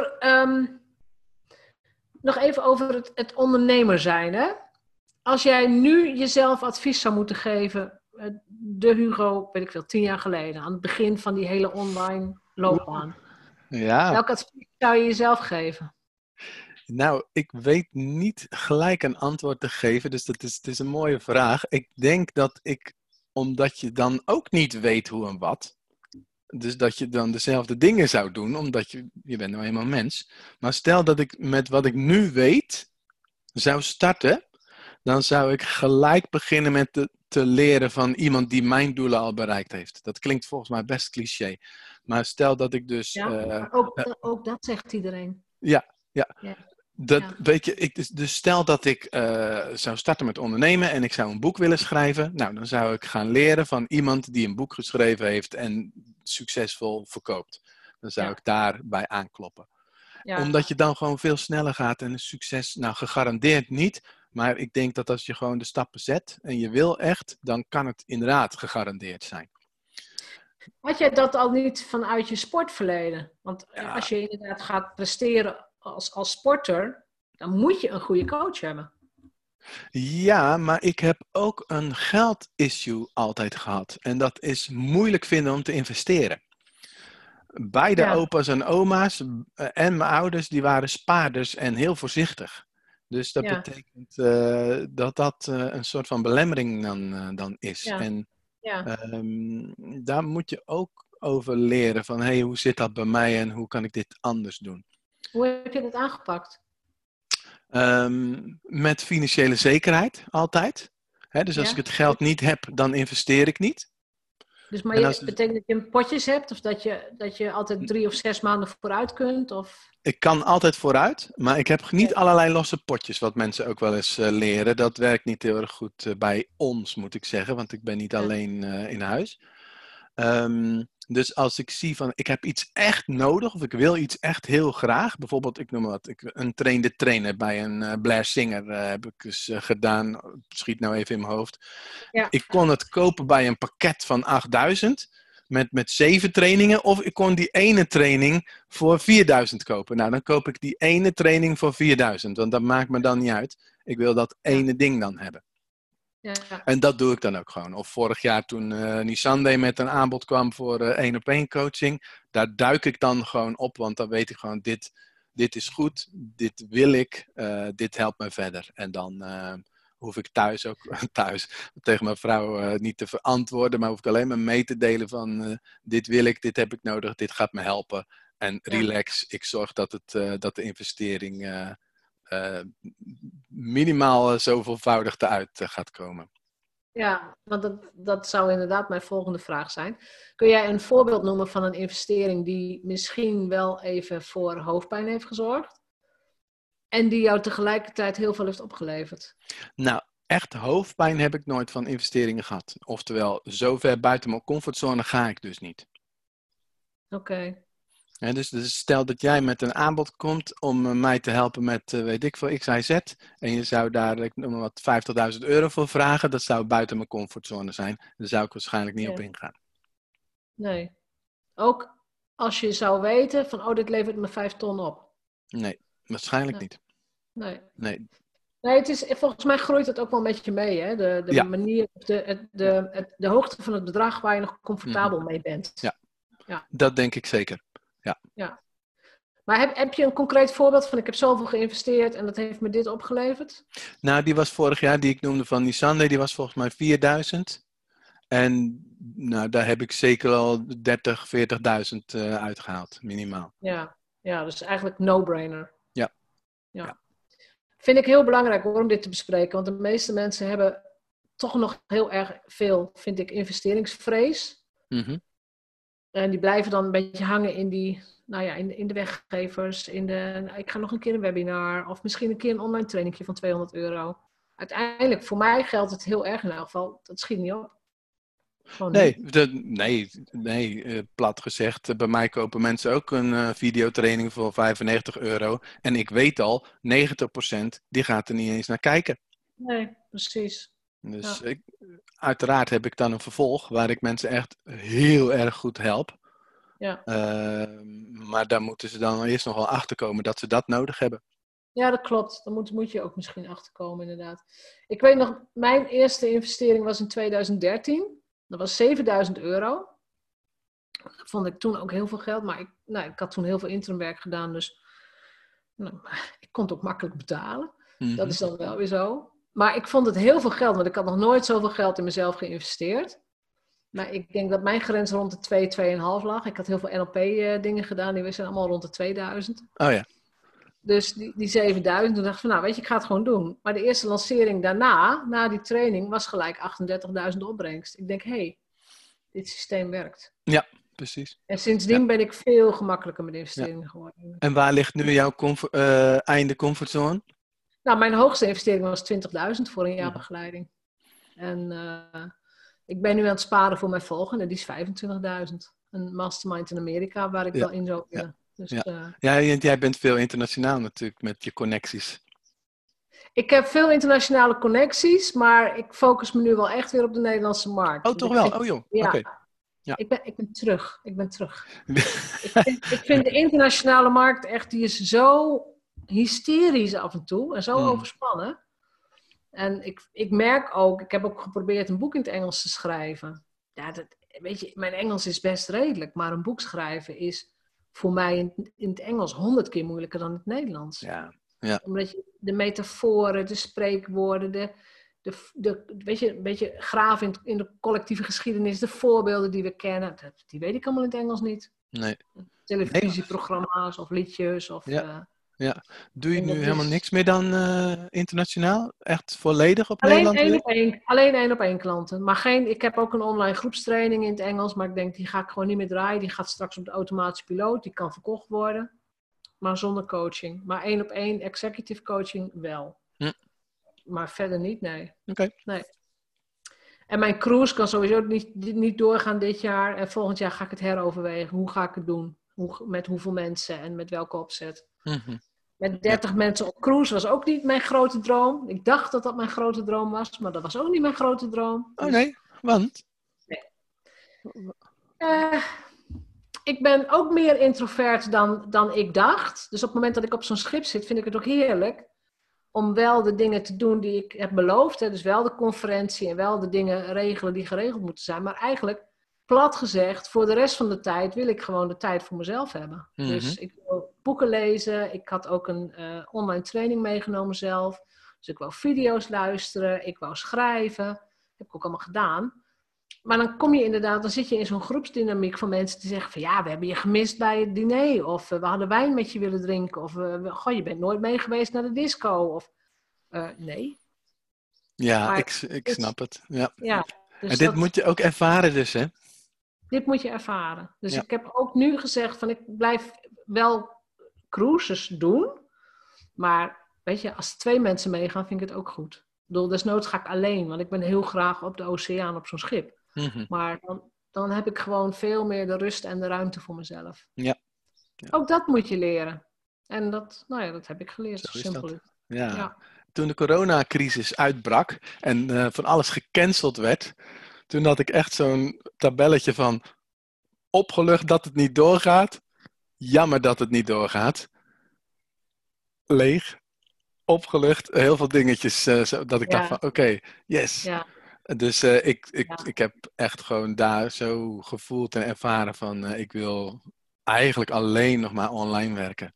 nog even over het ondernemer zijn. Hè? Als jij nu jezelf advies zou moeten geven, de Hugo, weet ik veel, 10 jaar geleden, aan het begin van die hele online loopbaan. Ja, Welk advies zou je jezelf geven? nou, ik weet niet gelijk een antwoord te geven, dus het is een mooie vraag. Ik denk dat omdat je dan ook niet weet hoe en wat, dus dat je dan dezelfde dingen zou doen, omdat je bent nou eenmaal mens. Maar stel dat ik met wat ik nu weet zou starten, dan zou ik gelijk beginnen met te leren van iemand die mijn doelen al bereikt heeft. Dat klinkt volgens mij best cliché. Maar stel dat ik dus... Ja, maar ook dat zegt iedereen. ja, ja. Ja, Dat, ja, weet je, dus stel dat ik zou starten met ondernemen en ik zou een boek willen schrijven. Nou, dan zou ik gaan leren van iemand die een boek geschreven heeft en succesvol verkoopt. Dan zou ja, ik daarbij aankloppen. Omdat ja. je dan gewoon veel sneller gaat en succes, nou gegarandeerd niet. Maar ik denk dat als je gewoon de stappen zet en je wil echt, dan kan het inderdaad gegarandeerd zijn. Had jij dat al niet vanuit je sportverleden? Want Ja, als je inderdaad gaat presteren als sporter, dan moet je een goede coach hebben. ja, maar ik heb ook een geldissue altijd gehad. En dat is moeilijk vinden om te investeren. Beide Ja, opa's en oma's en mijn ouders, die waren spaarders en heel voorzichtig. Dus dat ja, betekent dat dat een soort van belemmering dan is. ja, En ja. daar moet je ook over leren van, hey, hoe zit dat bij mij en hoe kan ik dit anders doen? Hoe heb je dat aangepakt? Met financiële zekerheid, altijd. Hè, dus als ik Ja? het geld niet heb, dan investeer ik niet. Dus maar En als, betekent dat je potjes hebt? Of dat je altijd 3 of 6 maanden vooruit kunt? Of... Ik kan altijd vooruit, maar ik heb niet allerlei losse potjes, wat mensen ook wel eens leren. Dat werkt niet heel erg goed bij ons, moet ik zeggen, want ik ben niet Ja, alleen in huis. Dus als ik zie van, ik heb iets echt nodig, of ik wil iets echt heel graag, bijvoorbeeld, ik noem maar wat, een trainde trainer bij een Blair Singer heb ik dus gedaan, schiet nou even in mijn hoofd. ja, Ik kon het kopen bij een pakket van 8000 met 7 trainingen. Of ik kon die ene training voor 4000 kopen. Nou, dan koop ik die ene training voor 4000. Want dat maakt me dan niet uit. Ik wil dat ja, ene ding dan hebben. ja, En dat doe ik dan ook gewoon. Of vorig jaar toen Nisande met een aanbod kwam voor 1-op-1 coaching. Daar duik ik dan gewoon op. Want dan weet ik gewoon, dit is goed. Dit wil ik. Dit helpt me verder. En dan hoef ik thuis ook tegen mijn vrouw niet te verantwoorden. Maar hoef ik alleen maar mee te delen van dit wil ik, dit heb ik nodig, dit gaat me helpen. En ja. relax, ik zorg dat de investering minimaal zoveelvoudig eruit gaat komen. Ja, want dat zou inderdaad mijn volgende vraag zijn. Kun jij een voorbeeld noemen van een investering die misschien wel even voor hoofdpijn heeft gezorgd? En die jou tegelijkertijd heel veel heeft opgeleverd? Nou, echt hoofdpijn heb ik nooit van investeringen gehad. Oftewel, zo ver buiten mijn comfortzone ga ik dus niet. Oké. Dus stel dat jij met een aanbod komt om mij te helpen met, weet ik veel, X, Y, Z. En je zou daar, ik noem maar wat, €50.000 voor vragen. Dat zou buiten mijn comfortzone zijn. Daar zou ik waarschijnlijk niet op Ja. ingaan. Nee. Ook als je zou weten van, oh, dit levert me 5 ton op. Nee, waarschijnlijk Nee. niet. Nee. Nee, Nee, volgens mij groeit het ook wel een beetje mee. Hè? De ja. manier, Ja. de hoogte van het bedrag waar je nog Mhm. comfortabel mee bent. Ja, Ja, dat denk ik zeker. Ja. ja. Maar heb je een concreet voorbeeld van ik heb zoveel geïnvesteerd en dat heeft me dit opgeleverd? Nou, die was vorig jaar, die ik noemde van Nissan, die was volgens mij 4000. En nou, daar heb ik zeker al 30, 40.000 uitgehaald, minimaal. Ja, ja, dus eigenlijk no-brainer. Ja. Ja. Ja. Vind ik heel belangrijk hoor, om dit te bespreken. Want de meeste mensen hebben toch nog heel erg veel, vind ik, investeringsvrees. Mhm. En die blijven dan een beetje hangen in die, nou ja, in de weggevers. Ik ga nog een keer een webinar. Of misschien een keer een online trainingje van €200. Uiteindelijk, voor mij geldt het heel erg in elk geval. Dat schiet niet op. Gewoon Nee, niet. nee, plat gezegd. Bij mij kopen mensen ook een videotraining voor €95. En ik weet al, 90% die gaat er niet eens naar kijken. Nee, precies. Dus Ja, uiteraard heb ik dan een vervolg waar ik mensen echt heel erg goed help. ja. Maar daar moeten ze dan eerst nog wel achter komen dat ze dat nodig hebben. Ja, dat klopt. Daar moet je ook misschien achter komen, inderdaad. Ik weet nog, mijn eerste investering was in 2013. Dat was €7.000. vond ik toen ook heel veel geld. Maar ik had toen heel veel interimwerk gedaan. Dus ik kon het ook makkelijk betalen. Mhm. Dat is dan wel weer zo. Maar ik vond het heel veel geld. Want ik had nog nooit zoveel geld in mezelf geïnvesteerd. Maar ik denk dat mijn grens rond de 2, 2,5 lag. Ik had heel veel NLP dingen gedaan. Die zijn allemaal rond de 2000. Oh ja. Dus die 7000, toen dacht ik van, nou weet je, ik ga het gewoon doen. Maar de eerste lancering daarna, na die training, was gelijk 38.000 opbrengst. Ik denk, dit systeem werkt. Ja, precies. En sindsdien ben ik veel gemakkelijker met investeringen geworden. En waar ligt nu jouw einde comfortzone? Nou, mijn hoogste investering was 20.000 voor een jaar begeleiding. En ik ben nu aan het sparen voor mijn volgende, die is 25.000. Een mastermind in Amerika, waar ik wel in zou willen. Dus, jij bent veel internationaal natuurlijk met je connecties. Ik heb veel internationale connecties, maar ik focus me nu wel echt weer op de Nederlandse markt. Oh, toch wel? Oh joh, ja. Okay. Ja. Ik ben terug. Ik vind de internationale markt echt, die is zo hysterisch af en toe en zo overspannen. En ik merk ook, ik heb ook geprobeerd een boek in het Engels te schrijven. Ja, weet je, mijn Engels is best redelijk, maar een boek schrijven is voor mij in het Engels 100 keer moeilijker dan in het Nederlands. Ja. Omdat je de metaforen, de spreekwoorden, weet je, een beetje graven in de collectieve geschiedenis, de voorbeelden die we kennen, die weet ik allemaal in het Engels niet. Nee. Televisieprogramma's of liedjes. Of, ja. Doe je nu helemaal niks meer dan internationaal? Echt volledig op alleen Nederland? Alleen 1-op-1 klanten. Maar ik heb ook een online groepstraining in het Engels, maar ik denk, die ga ik gewoon niet meer draaien. Die gaat straks op de automatische piloot, die kan verkocht worden. Maar zonder coaching. Maar 1-op-1 executive coaching wel. Maar verder niet, nee. Okay. Nee. En mijn cruise kan sowieso niet doorgaan dit jaar. En volgend jaar ga ik het heroverwegen. Hoe ga ik het doen? Met hoeveel mensen en met welke opzet? Met 30 mensen op cruise was ook niet mijn grote droom. Ik dacht dat dat mijn grote droom was, maar dat was ook niet mijn grote droom. Oh nee, want? Nee. Ik ben ook meer introvert dan ik dacht. Dus op het moment dat ik op zo'n schip zit, vind ik het ook heerlijk om wel de dingen te doen die ik heb beloofd. Hè. Dus wel de conferentie en wel de dingen regelen die geregeld moeten zijn. Maar eigenlijk, plat gezegd, voor de rest van de tijd wil ik gewoon de tijd voor mezelf hebben. Dus ik wil boeken lezen. Ik had ook een online training meegenomen zelf. Dus ik wou video's luisteren. Ik wou schrijven. Dat heb ik ook allemaal gedaan. Maar dan zit je in zo'n groepsdynamiek van mensen die zeggen van ja, we hebben je gemist bij het diner. Of we hadden wijn met je willen drinken. Of je bent nooit mee geweest naar de disco. Of nee. Ja, maar ik snap het. Ja. Dus en dit moet je ook ervaren dus, hè? Dit moet je ervaren. Dus ik heb ook nu gezegd van ik blijf wel cruises doen. Maar weet je, als 2 mensen meegaan vind ik het ook goed. Ik bedoel, desnoods ga ik alleen. Want ik ben heel graag op de oceaan op zo'n schip. Maar dan heb ik gewoon veel meer de rust en de ruimte voor mezelf. Ja. Ook dat moet je leren. En dat heb ik geleerd. Zo is simpel. dat. Ja. Toen de coronacrisis uitbrak en van alles gecanceld werd, toen had ik echt zo'n tabelletje van opgelucht dat het niet doorgaat, jammer dat het niet doorgaat, leeg, opgelucht, heel veel dingetjes, dat ik dacht van oké, yes. Ja. Dus ik heb echt gewoon daar zo gevoeld en ervaren van ik wil eigenlijk alleen nog maar online werken.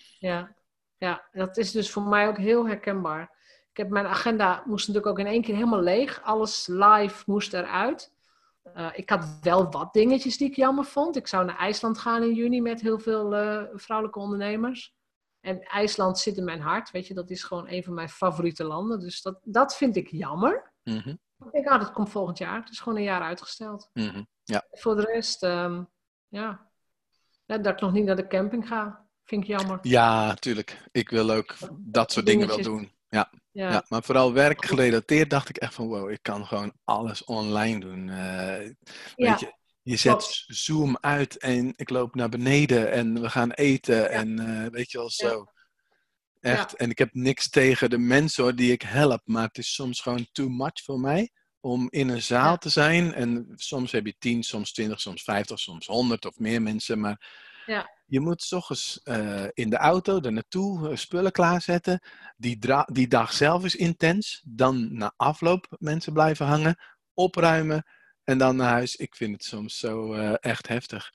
Ja, dat is dus voor mij ook heel herkenbaar. Mijn agenda moest natuurlijk ook in 1 keer helemaal leeg. Alles live moest eruit. Ik had wel wat dingetjes die ik jammer vond. Ik zou naar IJsland gaan in juni met heel veel vrouwelijke ondernemers. En IJsland zit in mijn hart. Weet je, dat is gewoon een van mijn favoriete landen. Dus dat vind ik jammer. Ik denk, dat komt volgend jaar. Het is gewoon een jaar uitgesteld. Ja. Voor de rest, dat ik nog niet naar de camping ga, vind ik jammer. Ja, tuurlijk. Ik wil ook dat soort dingen wel doen. Ja, maar vooral werkgerelateerd dacht ik echt van wow, ik kan gewoon alles online doen. Weet je zet Zoom uit en ik loop naar beneden en we gaan eten en weet je wel zo. Echt. Ja. En ik heb niks tegen de mensen hoor, die ik help, maar het is soms gewoon too much voor mij om in een zaal te zijn. En soms heb je 10, soms 20, soms 50, soms 100 of meer mensen, maar je moet 's ochtends in de auto er naartoe spullen klaarzetten. Die dag zelf is intens. Dan na afloop mensen blijven hangen, opruimen en dan naar huis. Ik vind het soms zo echt heftig.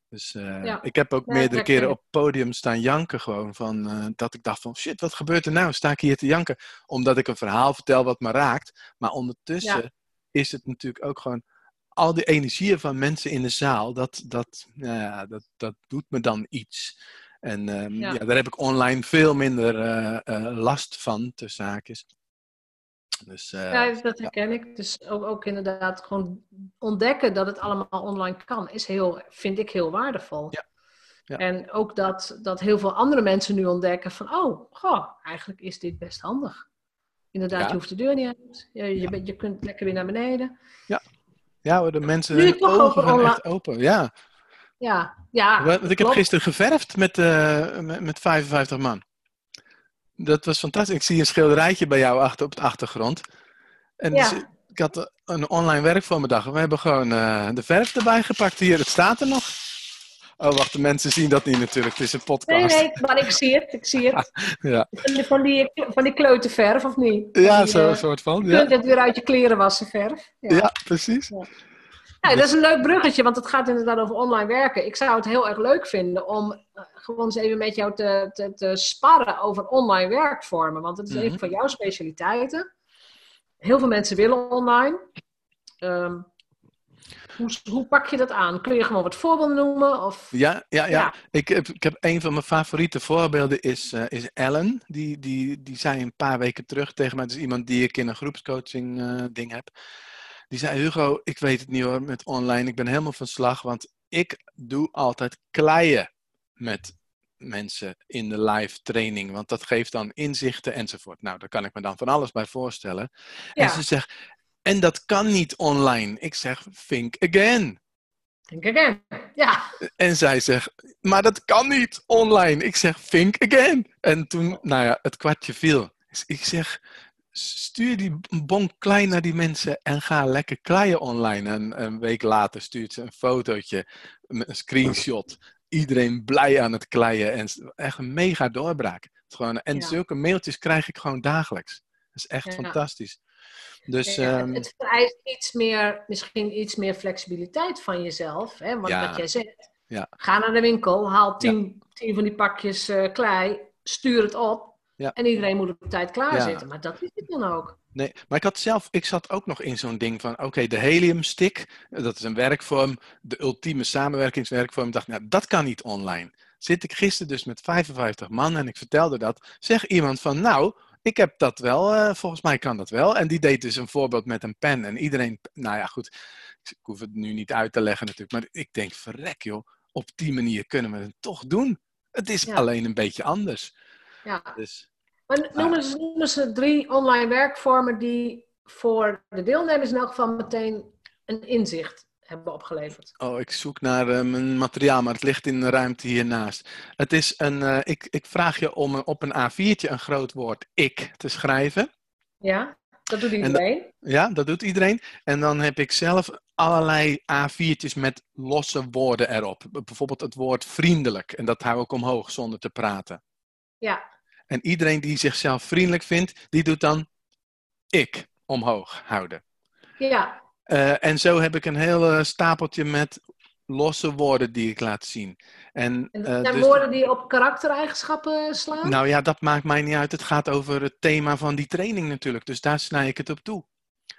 Dus Ja. ik heb ook Ja, meerdere dat keren ken ik. op het podium staan janken gewoon. Dat ik dacht van shit, wat gebeurt er nou? Sta ik hier te janken? Omdat ik een verhaal vertel wat me raakt. Maar Ja, ondertussen is het natuurlijk ook gewoon al die energieën van mensen in de zaal. Dat doet me dan iets. En ja. daar heb ik online veel minder last van, tussen haakjes. Dus Ja, dat ja. herken ik. Dus ook inderdaad gewoon ontdekken dat het allemaal online kan, vind ik heel waardevol. Ja, ja. En ook dat heel veel andere mensen nu ontdekken van, oh, goh, eigenlijk is dit best handig. Inderdaad, je Ja, hoeft de deur niet uit. ja, Je kunt lekker weer naar beneden. ja. Ja hoor, de mensen, Nu je hun het toch ogen over gaan online... echt open. Ja. Ja, Want dat ik heb klopt. gisteren geverfd met 55 man. Dat was fantastisch. Ik zie een schilderijtje bij jou op de achtergrond. En dus, Ja. ik had een online werk voor mijn dag. We hebben gewoon de verf erbij gepakt hier. Het staat er nog. Oh, wacht, de mensen zien dat niet natuurlijk. Het is een podcast. Nee, maar ik zie het. Ik zie het. Ja, Van die kleuterverf, of niet? ja zo'n soort van. Je kunt Ja, het weer uit je kleren wassen, verf. ja Ja. precies. Ja. Ja, dat is Dus, een leuk bruggetje, want het gaat inderdaad over online werken. Ik zou het heel erg leuk vinden om gewoon eens even met jou te sparren over online werkvormen. Want het is een van jouw specialiteiten. Heel veel mensen willen online. Hoe pak je dat aan? Kun je gewoon wat voorbeelden noemen? Of... Ja. Ik heb een van mijn favoriete voorbeelden is Ellen. Die zei een paar weken terug tegen mij. Dat is iemand die ik in een groepscoaching ding heb. Die zei, Hugo, ik weet het niet hoor met online. Ik ben helemaal van slag. Want ik doe altijd kleien met mensen in de live training. Want dat geeft dan inzichten enzovoort. Nou, daar kan ik me dan van alles bij voorstellen. En ze Ja, zegt, en dat kan niet online. Ik zeg, think again. think again. Ja. En zij zegt, maar dat kan niet online. Ik zeg, think again. En toen, nou ja, het kwartje viel. Dus ik zeg, stuur die bon klei naar die mensen en ga lekker kleien online. En een week later stuurt ze een fotootje, een screenshot. Iedereen blij aan het kleien en echt een mega doorbraak. Het is gewoon, en Ja. zulke mailtjes krijg ik gewoon dagelijks. Dat is echt Ja. fantastisch. Dus Ja, het vereist misschien iets meer flexibiliteit van jezelf. Hè? Want wat jij zegt, ja, ga naar de winkel, haal ja, 10 van die pakjes klei, stuur het op. ja. En iedereen moet op tijd klaar Ja. zitten. Maar dat is het dan ook. Nee, maar ik zat ook nog in zo'n ding van, oké, de heliumstick, dat is een werkvorm, de ultieme samenwerkingswerkvorm. Ik dacht, nou, dat kan niet online. Zit ik gisteren dus met 55 man en ik vertelde dat, zeg iemand van, nou, ik heb dat wel, volgens mij kan dat wel. En die deed dus een voorbeeld met een pen en iedereen, nou ja, goed, ik hoef het nu niet uit te leggen natuurlijk, maar ik denk, verrek joh, op die manier kunnen we het toch doen. Het is alleen een beetje anders. Ja. Dus... Maar noemen ze 3 online werkvormen die voor de deelnemers in elk geval meteen een inzicht hebben opgeleverd. Oh, ik zoek naar mijn materiaal, maar het ligt in de ruimte hiernaast. Het is ik vraag je om op een A4'tje een groot woord ik te schrijven. Ja, dat doet iedereen. Ja, dat doet iedereen. En dan heb ik zelf allerlei A4'tjes met losse woorden erop. Bijvoorbeeld het woord vriendelijk. En dat hou ik omhoog zonder te praten. Ja. En iedereen die zichzelf vriendelijk vindt, die doet dan ik omhoog houden. Ja. En zo heb ik een heel stapeltje met losse woorden die ik laat zien. En dat zijn dus, woorden die op karaktereigenschappen slaan? nou ja, dat maakt mij niet uit. Het gaat over het thema van die training natuurlijk. Dus daar snij ik het op toe.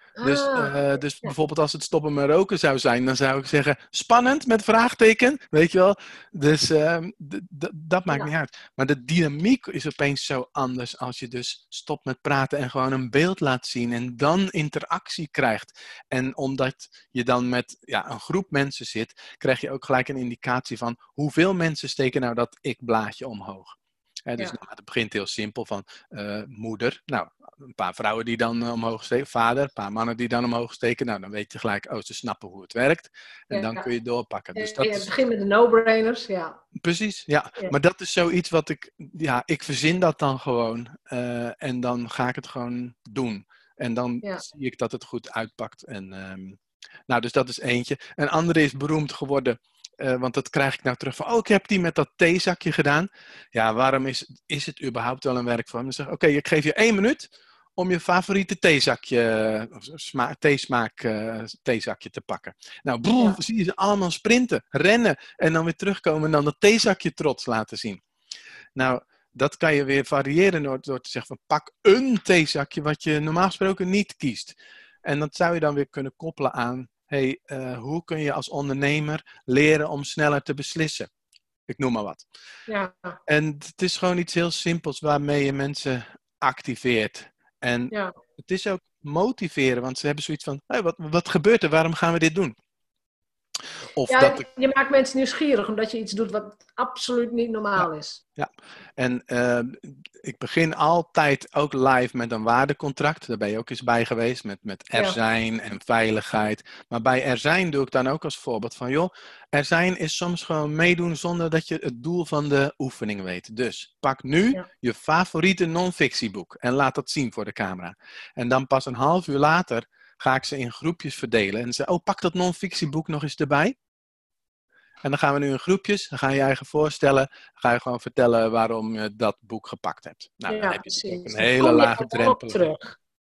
Dus bijvoorbeeld als het stoppen met roken zou zijn, dan zou ik zeggen, spannend met vraagteken, weet je wel. Dus dat maakt niet uit. Maar de dynamiek is opeens zo anders als je dus stopt met praten en gewoon een beeld laat zien en dan interactie krijgt. En omdat je dan met een groep mensen zit, krijg je ook gelijk een indicatie van hoeveel mensen steken nou dat ik-blaadje omhoog. Dus het begint heel simpel van moeder. Nou, een paar vrouwen die dan omhoog steken. Vader, een paar mannen die dan omhoog steken. Nou, dan weet je gelijk, ze snappen hoe het werkt. En dan kun je doorpakken. Dus dat het begint met de no-brainers, ja. Precies, ja. Maar dat is zoiets wat ik verzin dat dan gewoon. En dan ga ik het gewoon doen. En dan zie ik dat het goed uitpakt. En, nou, dus dat is eentje. Een andere is beroemd geworden. Want dat krijg ik nou terug van, ik heb die met dat theezakje gedaan. Ja, waarom is het überhaupt wel een werkvorm? Dan zeg ik, oké, ik geef je 1 minuut om je favoriete theezakje, theezakje te pakken. Nou, zie je ze allemaal sprinten, rennen en dan weer terugkomen en dan dat theezakje trots laten zien. Nou, dat kan je weer variëren door te zeggen van pak een theezakje wat je normaal gesproken niet kiest. En dat zou je dan weer kunnen koppelen aan, hoe kun je als ondernemer leren om sneller te beslissen? Ik noem maar wat. Ja. En het is gewoon iets heel simpels waarmee je mensen activeert. En het is ook motiveren, want ze hebben zoiets van, wat gebeurt er? Waarom gaan we dit doen? Of je maakt mensen nieuwsgierig omdat je iets doet wat absoluut niet normaal is. Ja, en ik begin altijd ook live met een waardecontract. Daar ben je ook eens bij geweest met er zijn en veiligheid. Maar bij er zijn doe ik dan ook als voorbeeld van, joh, er zijn is soms gewoon meedoen zonder dat je het doel van de oefening weet. Dus pak nu je favoriete non-fictieboek en laat dat zien voor de camera. En dan pas een half uur later ga ik ze in groepjes verdelen. En zeg, pak dat non-fictieboek nog eens erbij. En dan gaan we nu in groepjes, dan ga je je eigen voorstellen, dan ga je gewoon vertellen waarom je dat boek gepakt hebt. Nou, dan heb je een hele laagdrempelige.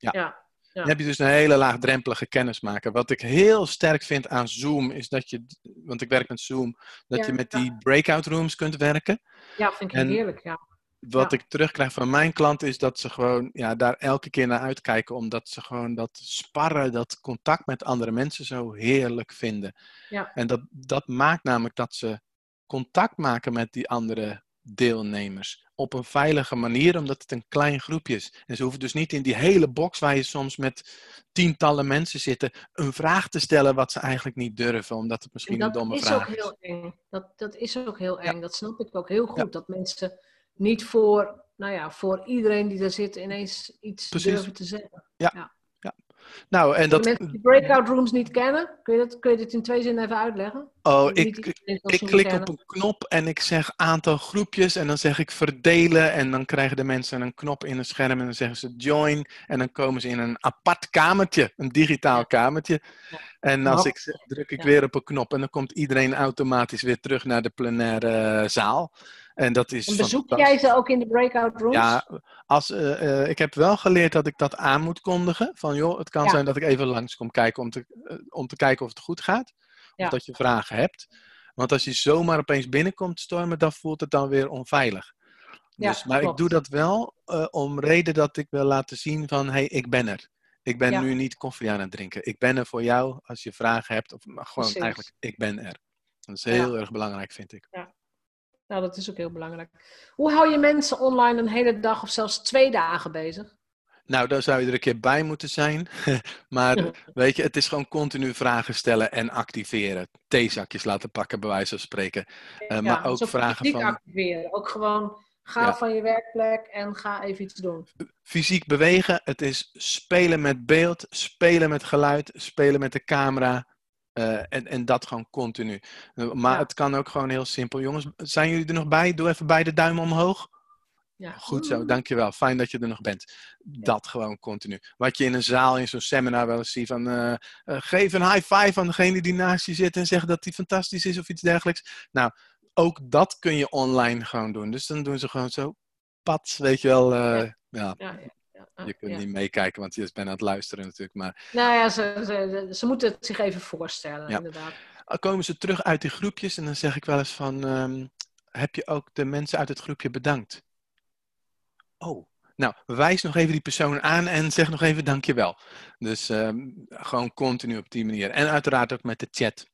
Dan heb je dus een hele laagdrempelige kennismaker. Wat ik heel sterk vind aan Zoom is dat je, want ik werk met Zoom, dat je met die breakout rooms kunt werken. Ja, vind ik heerlijk, Wat ik terugkrijg van mijn klanten is dat ze gewoon daar elke keer naar uitkijken. Omdat ze gewoon dat sparren, dat contact met andere mensen zo heerlijk vinden. Ja. En dat maakt namelijk dat ze contact maken met die andere deelnemers. Op een veilige manier, omdat het een klein groepje is. En ze hoeven dus niet in die hele box waar je soms met tientallen mensen zitten, een vraag te stellen wat ze eigenlijk niet durven. Omdat het misschien een domme vraag is. Dat is ook heel eng. Dat is ook heel eng. Dat snap ik ook heel goed. Dat mensen niet voor iedereen die er zit ineens iets durven te zeggen. Ja. Nou, en dat... mensen die breakout rooms niet kennen, kun je dit in 2 zinnen even uitleggen? Ik klik op een knop en ik zeg aantal groepjes en dan zeg ik verdelen en dan krijgen de mensen een knop in een scherm en dan zeggen ze join en dan komen ze in een apart kamertje, een digitaal kamertje. En als druk ik weer op een knop en dan komt iedereen automatisch weer terug naar de plenaire zaal. En dat is bezoek jij ze ook in de breakout rooms? Ja, ik heb wel geleerd dat ik dat aan moet kondigen. Van joh, het kan zijn dat ik even langs kom kijken om te kijken of het goed gaat. Of dat je vragen hebt. Want als je zomaar opeens binnenkomt stormen, dan voelt het dan weer onveilig. Dus, maar ik doe dat wel om reden dat ik wil laten zien van, ik ben er. Ik ben nu niet koffie aan het drinken. Ik ben er voor jou als je vragen hebt. Of gewoon eigenlijk, ik ben er. Dat is heel erg belangrijk, vind ik. Ja. Nou, dat is ook heel belangrijk. Hoe hou je mensen online een hele dag of zelfs 2 dagen bezig? Nou, daar zou je er een keer bij moeten zijn. Maar weet je, het is gewoon continu vragen stellen en activeren. Theezakjes laten pakken, bij wijze van spreken. Maar ook vragen van... activeren. Ook gewoon ga van je werkplek en ga even iets doen. Fysiek bewegen. Het is spelen met beeld, spelen met geluid, spelen met de camera. En dat gewoon continu. Maar het kan ook gewoon heel simpel. Jongens, zijn jullie er nog bij? Doe even beide duimen omhoog. Ja. Goed zo, dankjewel. Fijn dat je er nog bent. Dat gewoon continu. Wat je in een zaal, in zo'n seminar wel eens ziet van... geef een high five aan degene die naast je zit en zeg dat die fantastisch is of iets dergelijks. Nou, ook dat kun je online gewoon doen. Dus dan doen ze gewoon zo, pats, weet je wel. Je kunt niet meekijken, want je bent aan het luisteren natuurlijk. Maar... Nou ja, ze moeten het zich even voorstellen, inderdaad. Dan komen ze terug uit die groepjes en dan zeg ik wel eens van... heb je ook de mensen uit het groepje bedankt? Oh, nou, wijs nog even die persoon aan en zeg nog even dankjewel. Dus gewoon continu op die manier. En uiteraard ook met de chat.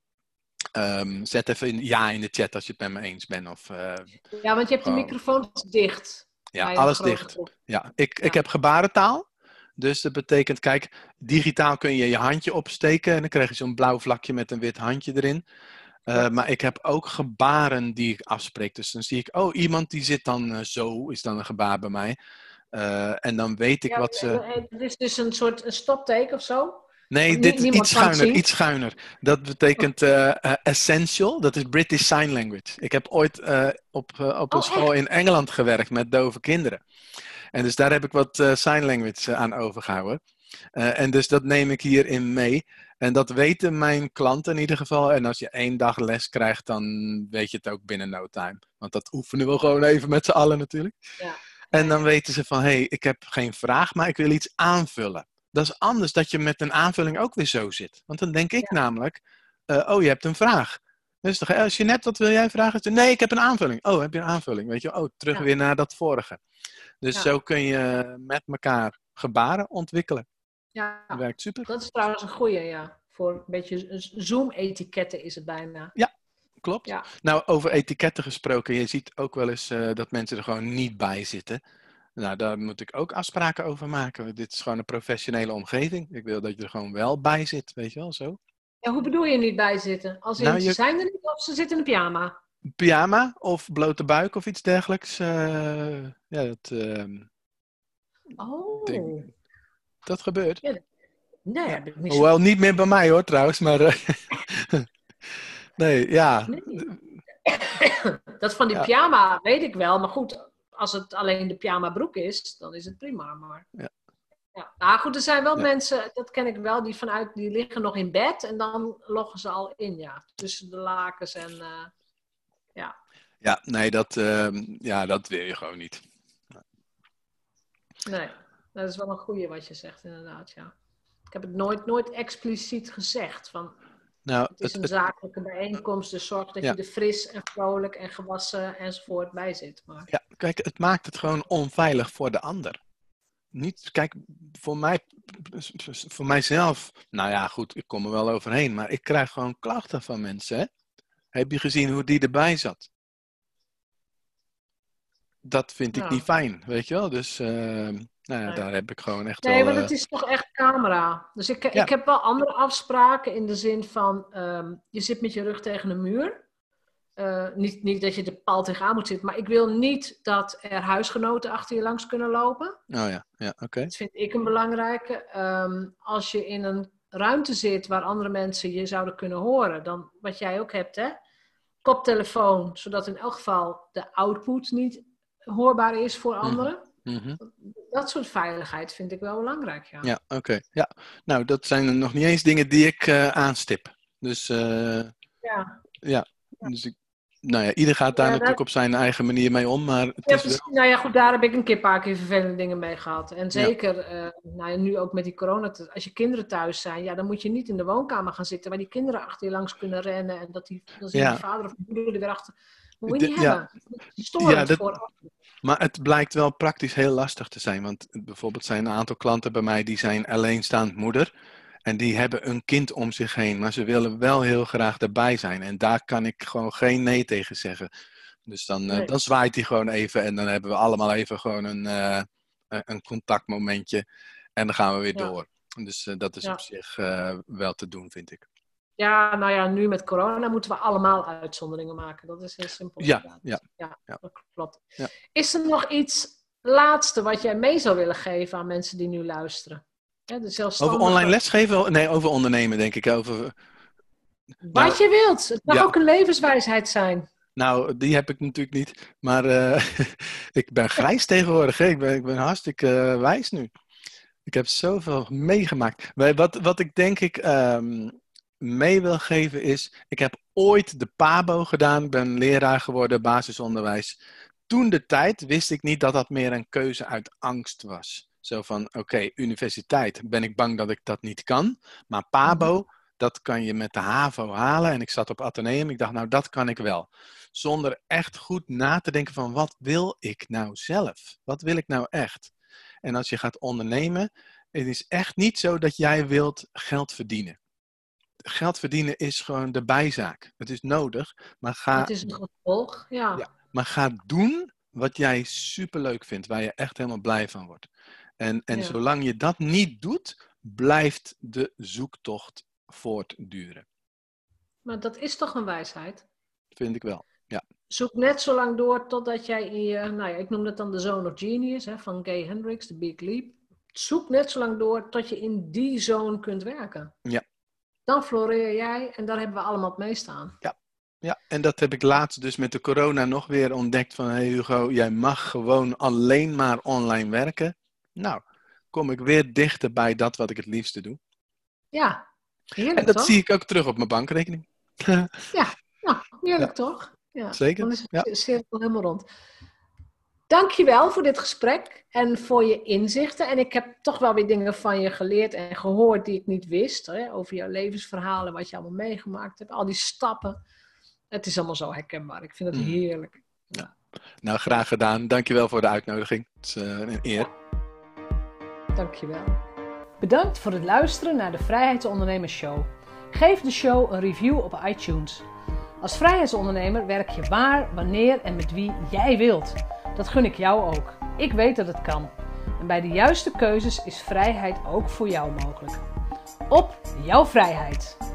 Zet even in de chat als je het met me eens bent. Want je hebt de microfoon dicht. Ja, alles dicht. Ja, ik heb gebarentaal. Dus dat betekent, kijk, digitaal kun je je handje opsteken en dan krijg je zo'n blauw vlakje met een wit handje erin. Maar ik heb ook gebaren die ik afspreek. Dus dan zie ik, iemand die zit dan zo, is dan een gebaar bij mij. En dan weet ik wat ze... Het is dus een soort stopteken of zo? Nee, dit is iets schuiner. Dat betekent essential, dat is British Sign Language. Ik heb ooit op een school in Engeland gewerkt met dove kinderen. En dus daar heb ik wat sign language aan overgehouden. En dus dat neem ik hierin mee. En dat weten mijn klanten in ieder geval. En als je 1 dag les krijgt, dan weet je het ook binnen no time. Want dat oefenen we gewoon even met z'n allen natuurlijk. Ja. En dan weten ze van, hé, ik heb geen vraag, maar ik wil iets aanvullen. Dat is anders dat je met een aanvulling ook weer zo zit. Want dan denk ik namelijk, oh, je hebt een vraag. Dus toch, Jeanette, wat wil jij vragen? Nee, ik heb een aanvulling. Oh, heb je een aanvulling? Weet je, oh, terug weer naar dat vorige. Dus zo kun je met elkaar gebaren ontwikkelen. Ja, Dat werkt super. Dat is trouwens een goeie, ja. Voor een beetje Zoom-etiketten is het bijna. Ja, klopt. Ja. Nou, over etiketten gesproken. Je ziet ook wel eens dat mensen er gewoon niet bij zitten. Nou, daar moet ik ook afspraken over maken. Dit is gewoon een professionele omgeving. Ik wil dat je er gewoon wel bij zit, weet je wel, zo. Ja, hoe bedoel je niet bij zitten? Als in, ze zijn er niet of ze zitten in een pyjama? Pyjama of blote buik of iets dergelijks. Dat gebeurt. Ja, nee, heb ik niet zo... Hoewel niet meer bij mij hoor, trouwens. Maar nee, ja. Nee. Dat van die pyjama weet ik wel. Maar goed, als het alleen de pyjama broek is, dan is het prima. Maar... Ja. Ja. Nou goed, er zijn wel mensen, dat ken ik wel, die liggen nog in bed en dan loggen ze al in, ja. Tussen de lakens en ja. Ja, nee, dat wil je gewoon niet. Nee, dat is wel een goeie wat je zegt inderdaad, ja. Ik heb het nooit expliciet gezegd, van het is een zakelijke bijeenkomst, dus zorg dat je er fris en vrolijk en gewassen enzovoort bij zit. Maar... Ja, kijk, het maakt het gewoon onveilig voor de ander. Niet, kijk, voor mijzelf, nou ja, goed, ik kom er wel overheen, maar ik krijg gewoon klachten van mensen, hè? Heb je gezien hoe die erbij zat? Dat vind ik niet fijn, weet je wel? Dus, daar heb ik gewoon echt wel... Nee, want het is toch echt camera. Dus ik heb wel andere afspraken in de zin van, je zit met je rug tegen een muur. Niet dat je de pal tegenaan moet zitten, maar ik wil niet dat er huisgenoten achter je langs kunnen lopen. Oh ja, oké. Dat vind ik een belangrijke. Als je in een ruimte zit waar andere mensen je zouden kunnen horen, dan wat jij ook hebt, hè? Koptelefoon, zodat in elk geval de output niet hoorbaar is voor anderen. Mm-hmm. Dat soort veiligheid vind ik wel belangrijk, ja. Ja, oké. Ja. Nou, dat zijn nog niet eens dingen die ik aanstip. Dus dus ieder gaat daar natuurlijk op zijn eigen manier mee om. Maar het is wel... Nou ja, goed, daar heb ik een paar keer vervelende dingen mee gehad. En zeker, nu ook met die corona, als je kinderen thuis zijn, dan moet je niet in de woonkamer gaan zitten waar die kinderen achter je langs kunnen rennen en dan zien die vader of moeder er weer achter. Dat moet je niet hebben. Storend voor. Maar het blijkt wel praktisch heel lastig te zijn. Want bijvoorbeeld zijn een aantal klanten bij mij die zijn alleenstaand moeder. En die hebben een kind om zich heen. Maar ze willen wel heel graag erbij zijn. En daar kan ik gewoon geen nee tegen zeggen. Dus dan zwaait hij gewoon even. En dan hebben we allemaal even gewoon een contactmomentje. En dan gaan we weer door. Dus dat is op zich wel te doen, vind ik. Ja, nou ja, nu met corona moeten we allemaal uitzonderingen maken. Dat is heel simpel. Ja, dat klopt. Ja. Is er nog iets laatste wat jij mee zou willen geven aan mensen die nu luisteren? Over online lesgeven? Nee, over ondernemen, denk ik. Wat je wilt. Het mag ook een levenswijsheid zijn. Nou, die heb ik natuurlijk niet. Maar ik ben grijs tegenwoordig. Hè? Ik ben hartstikke wijs nu. Ik heb zoveel meegemaakt. Wat ik denk ik mee wil geven is... Ik heb ooit de PABO gedaan. Ben leraar geworden, basisonderwijs. Toen de tijd wist ik niet dat dat meer een keuze uit angst was. Zo van, oké, universiteit, ben ik bang dat ik dat niet kan. Maar PABO, dat kan je met de HAVO halen. En ik zat op Atheneum, ik dacht, nou, dat kan ik wel. Zonder echt goed na te denken van, wat wil ik nou zelf? Wat wil ik nou echt? En als je gaat ondernemen, het is echt niet zo dat jij wilt geld verdienen. Geld verdienen is gewoon de bijzaak. Het is nodig, maar het is een gevolg, maar ga doen wat jij superleuk vindt, waar je echt helemaal blij van wordt. En zolang je dat niet doet, blijft de zoektocht voortduren. Maar dat is toch een wijsheid? Vind ik wel, ja. Zoek net zo lang door totdat jij in je, ik noem dat dan de zone of genius, van Gay Hendricks, de Big Leap. Zoek net zo lang door tot je in die zone kunt werken. Ja. Dan floreer jij en daar hebben we allemaal het mee staan. Ja, en dat heb ik laatst dus met de corona nog weer ontdekt van... Hey Hugo, jij mag gewoon alleen maar online werken. Nou, kom ik weer dichter bij dat wat ik het liefste doe. Ja, heerlijk En dat toch? zie ik ook terug op mijn bankrekening. Ja, heerlijk toch? Ja. Zeker. Dan is het cirkel helemaal rond. Dankjewel voor dit gesprek en voor je inzichten. En ik heb toch wel weer dingen van je geleerd en gehoord die ik niet wist. Hè? Over jouw levensverhalen, wat je allemaal meegemaakt hebt. Al die stappen. Het is allemaal zo herkenbaar. Ik vind het heerlijk. Ja. Nou, graag gedaan. Dankjewel voor de uitnodiging. Het is een eer. Dankjewel. Bedankt voor het luisteren naar de Vrijheidsondernemers Show. Geef de show een review op iTunes. Als vrijheidsondernemer werk je waar, wanneer en met wie jij wilt. Dat gun ik jou ook. Ik weet dat het kan. En bij de juiste keuzes is vrijheid ook voor jou mogelijk. Op jouw vrijheid!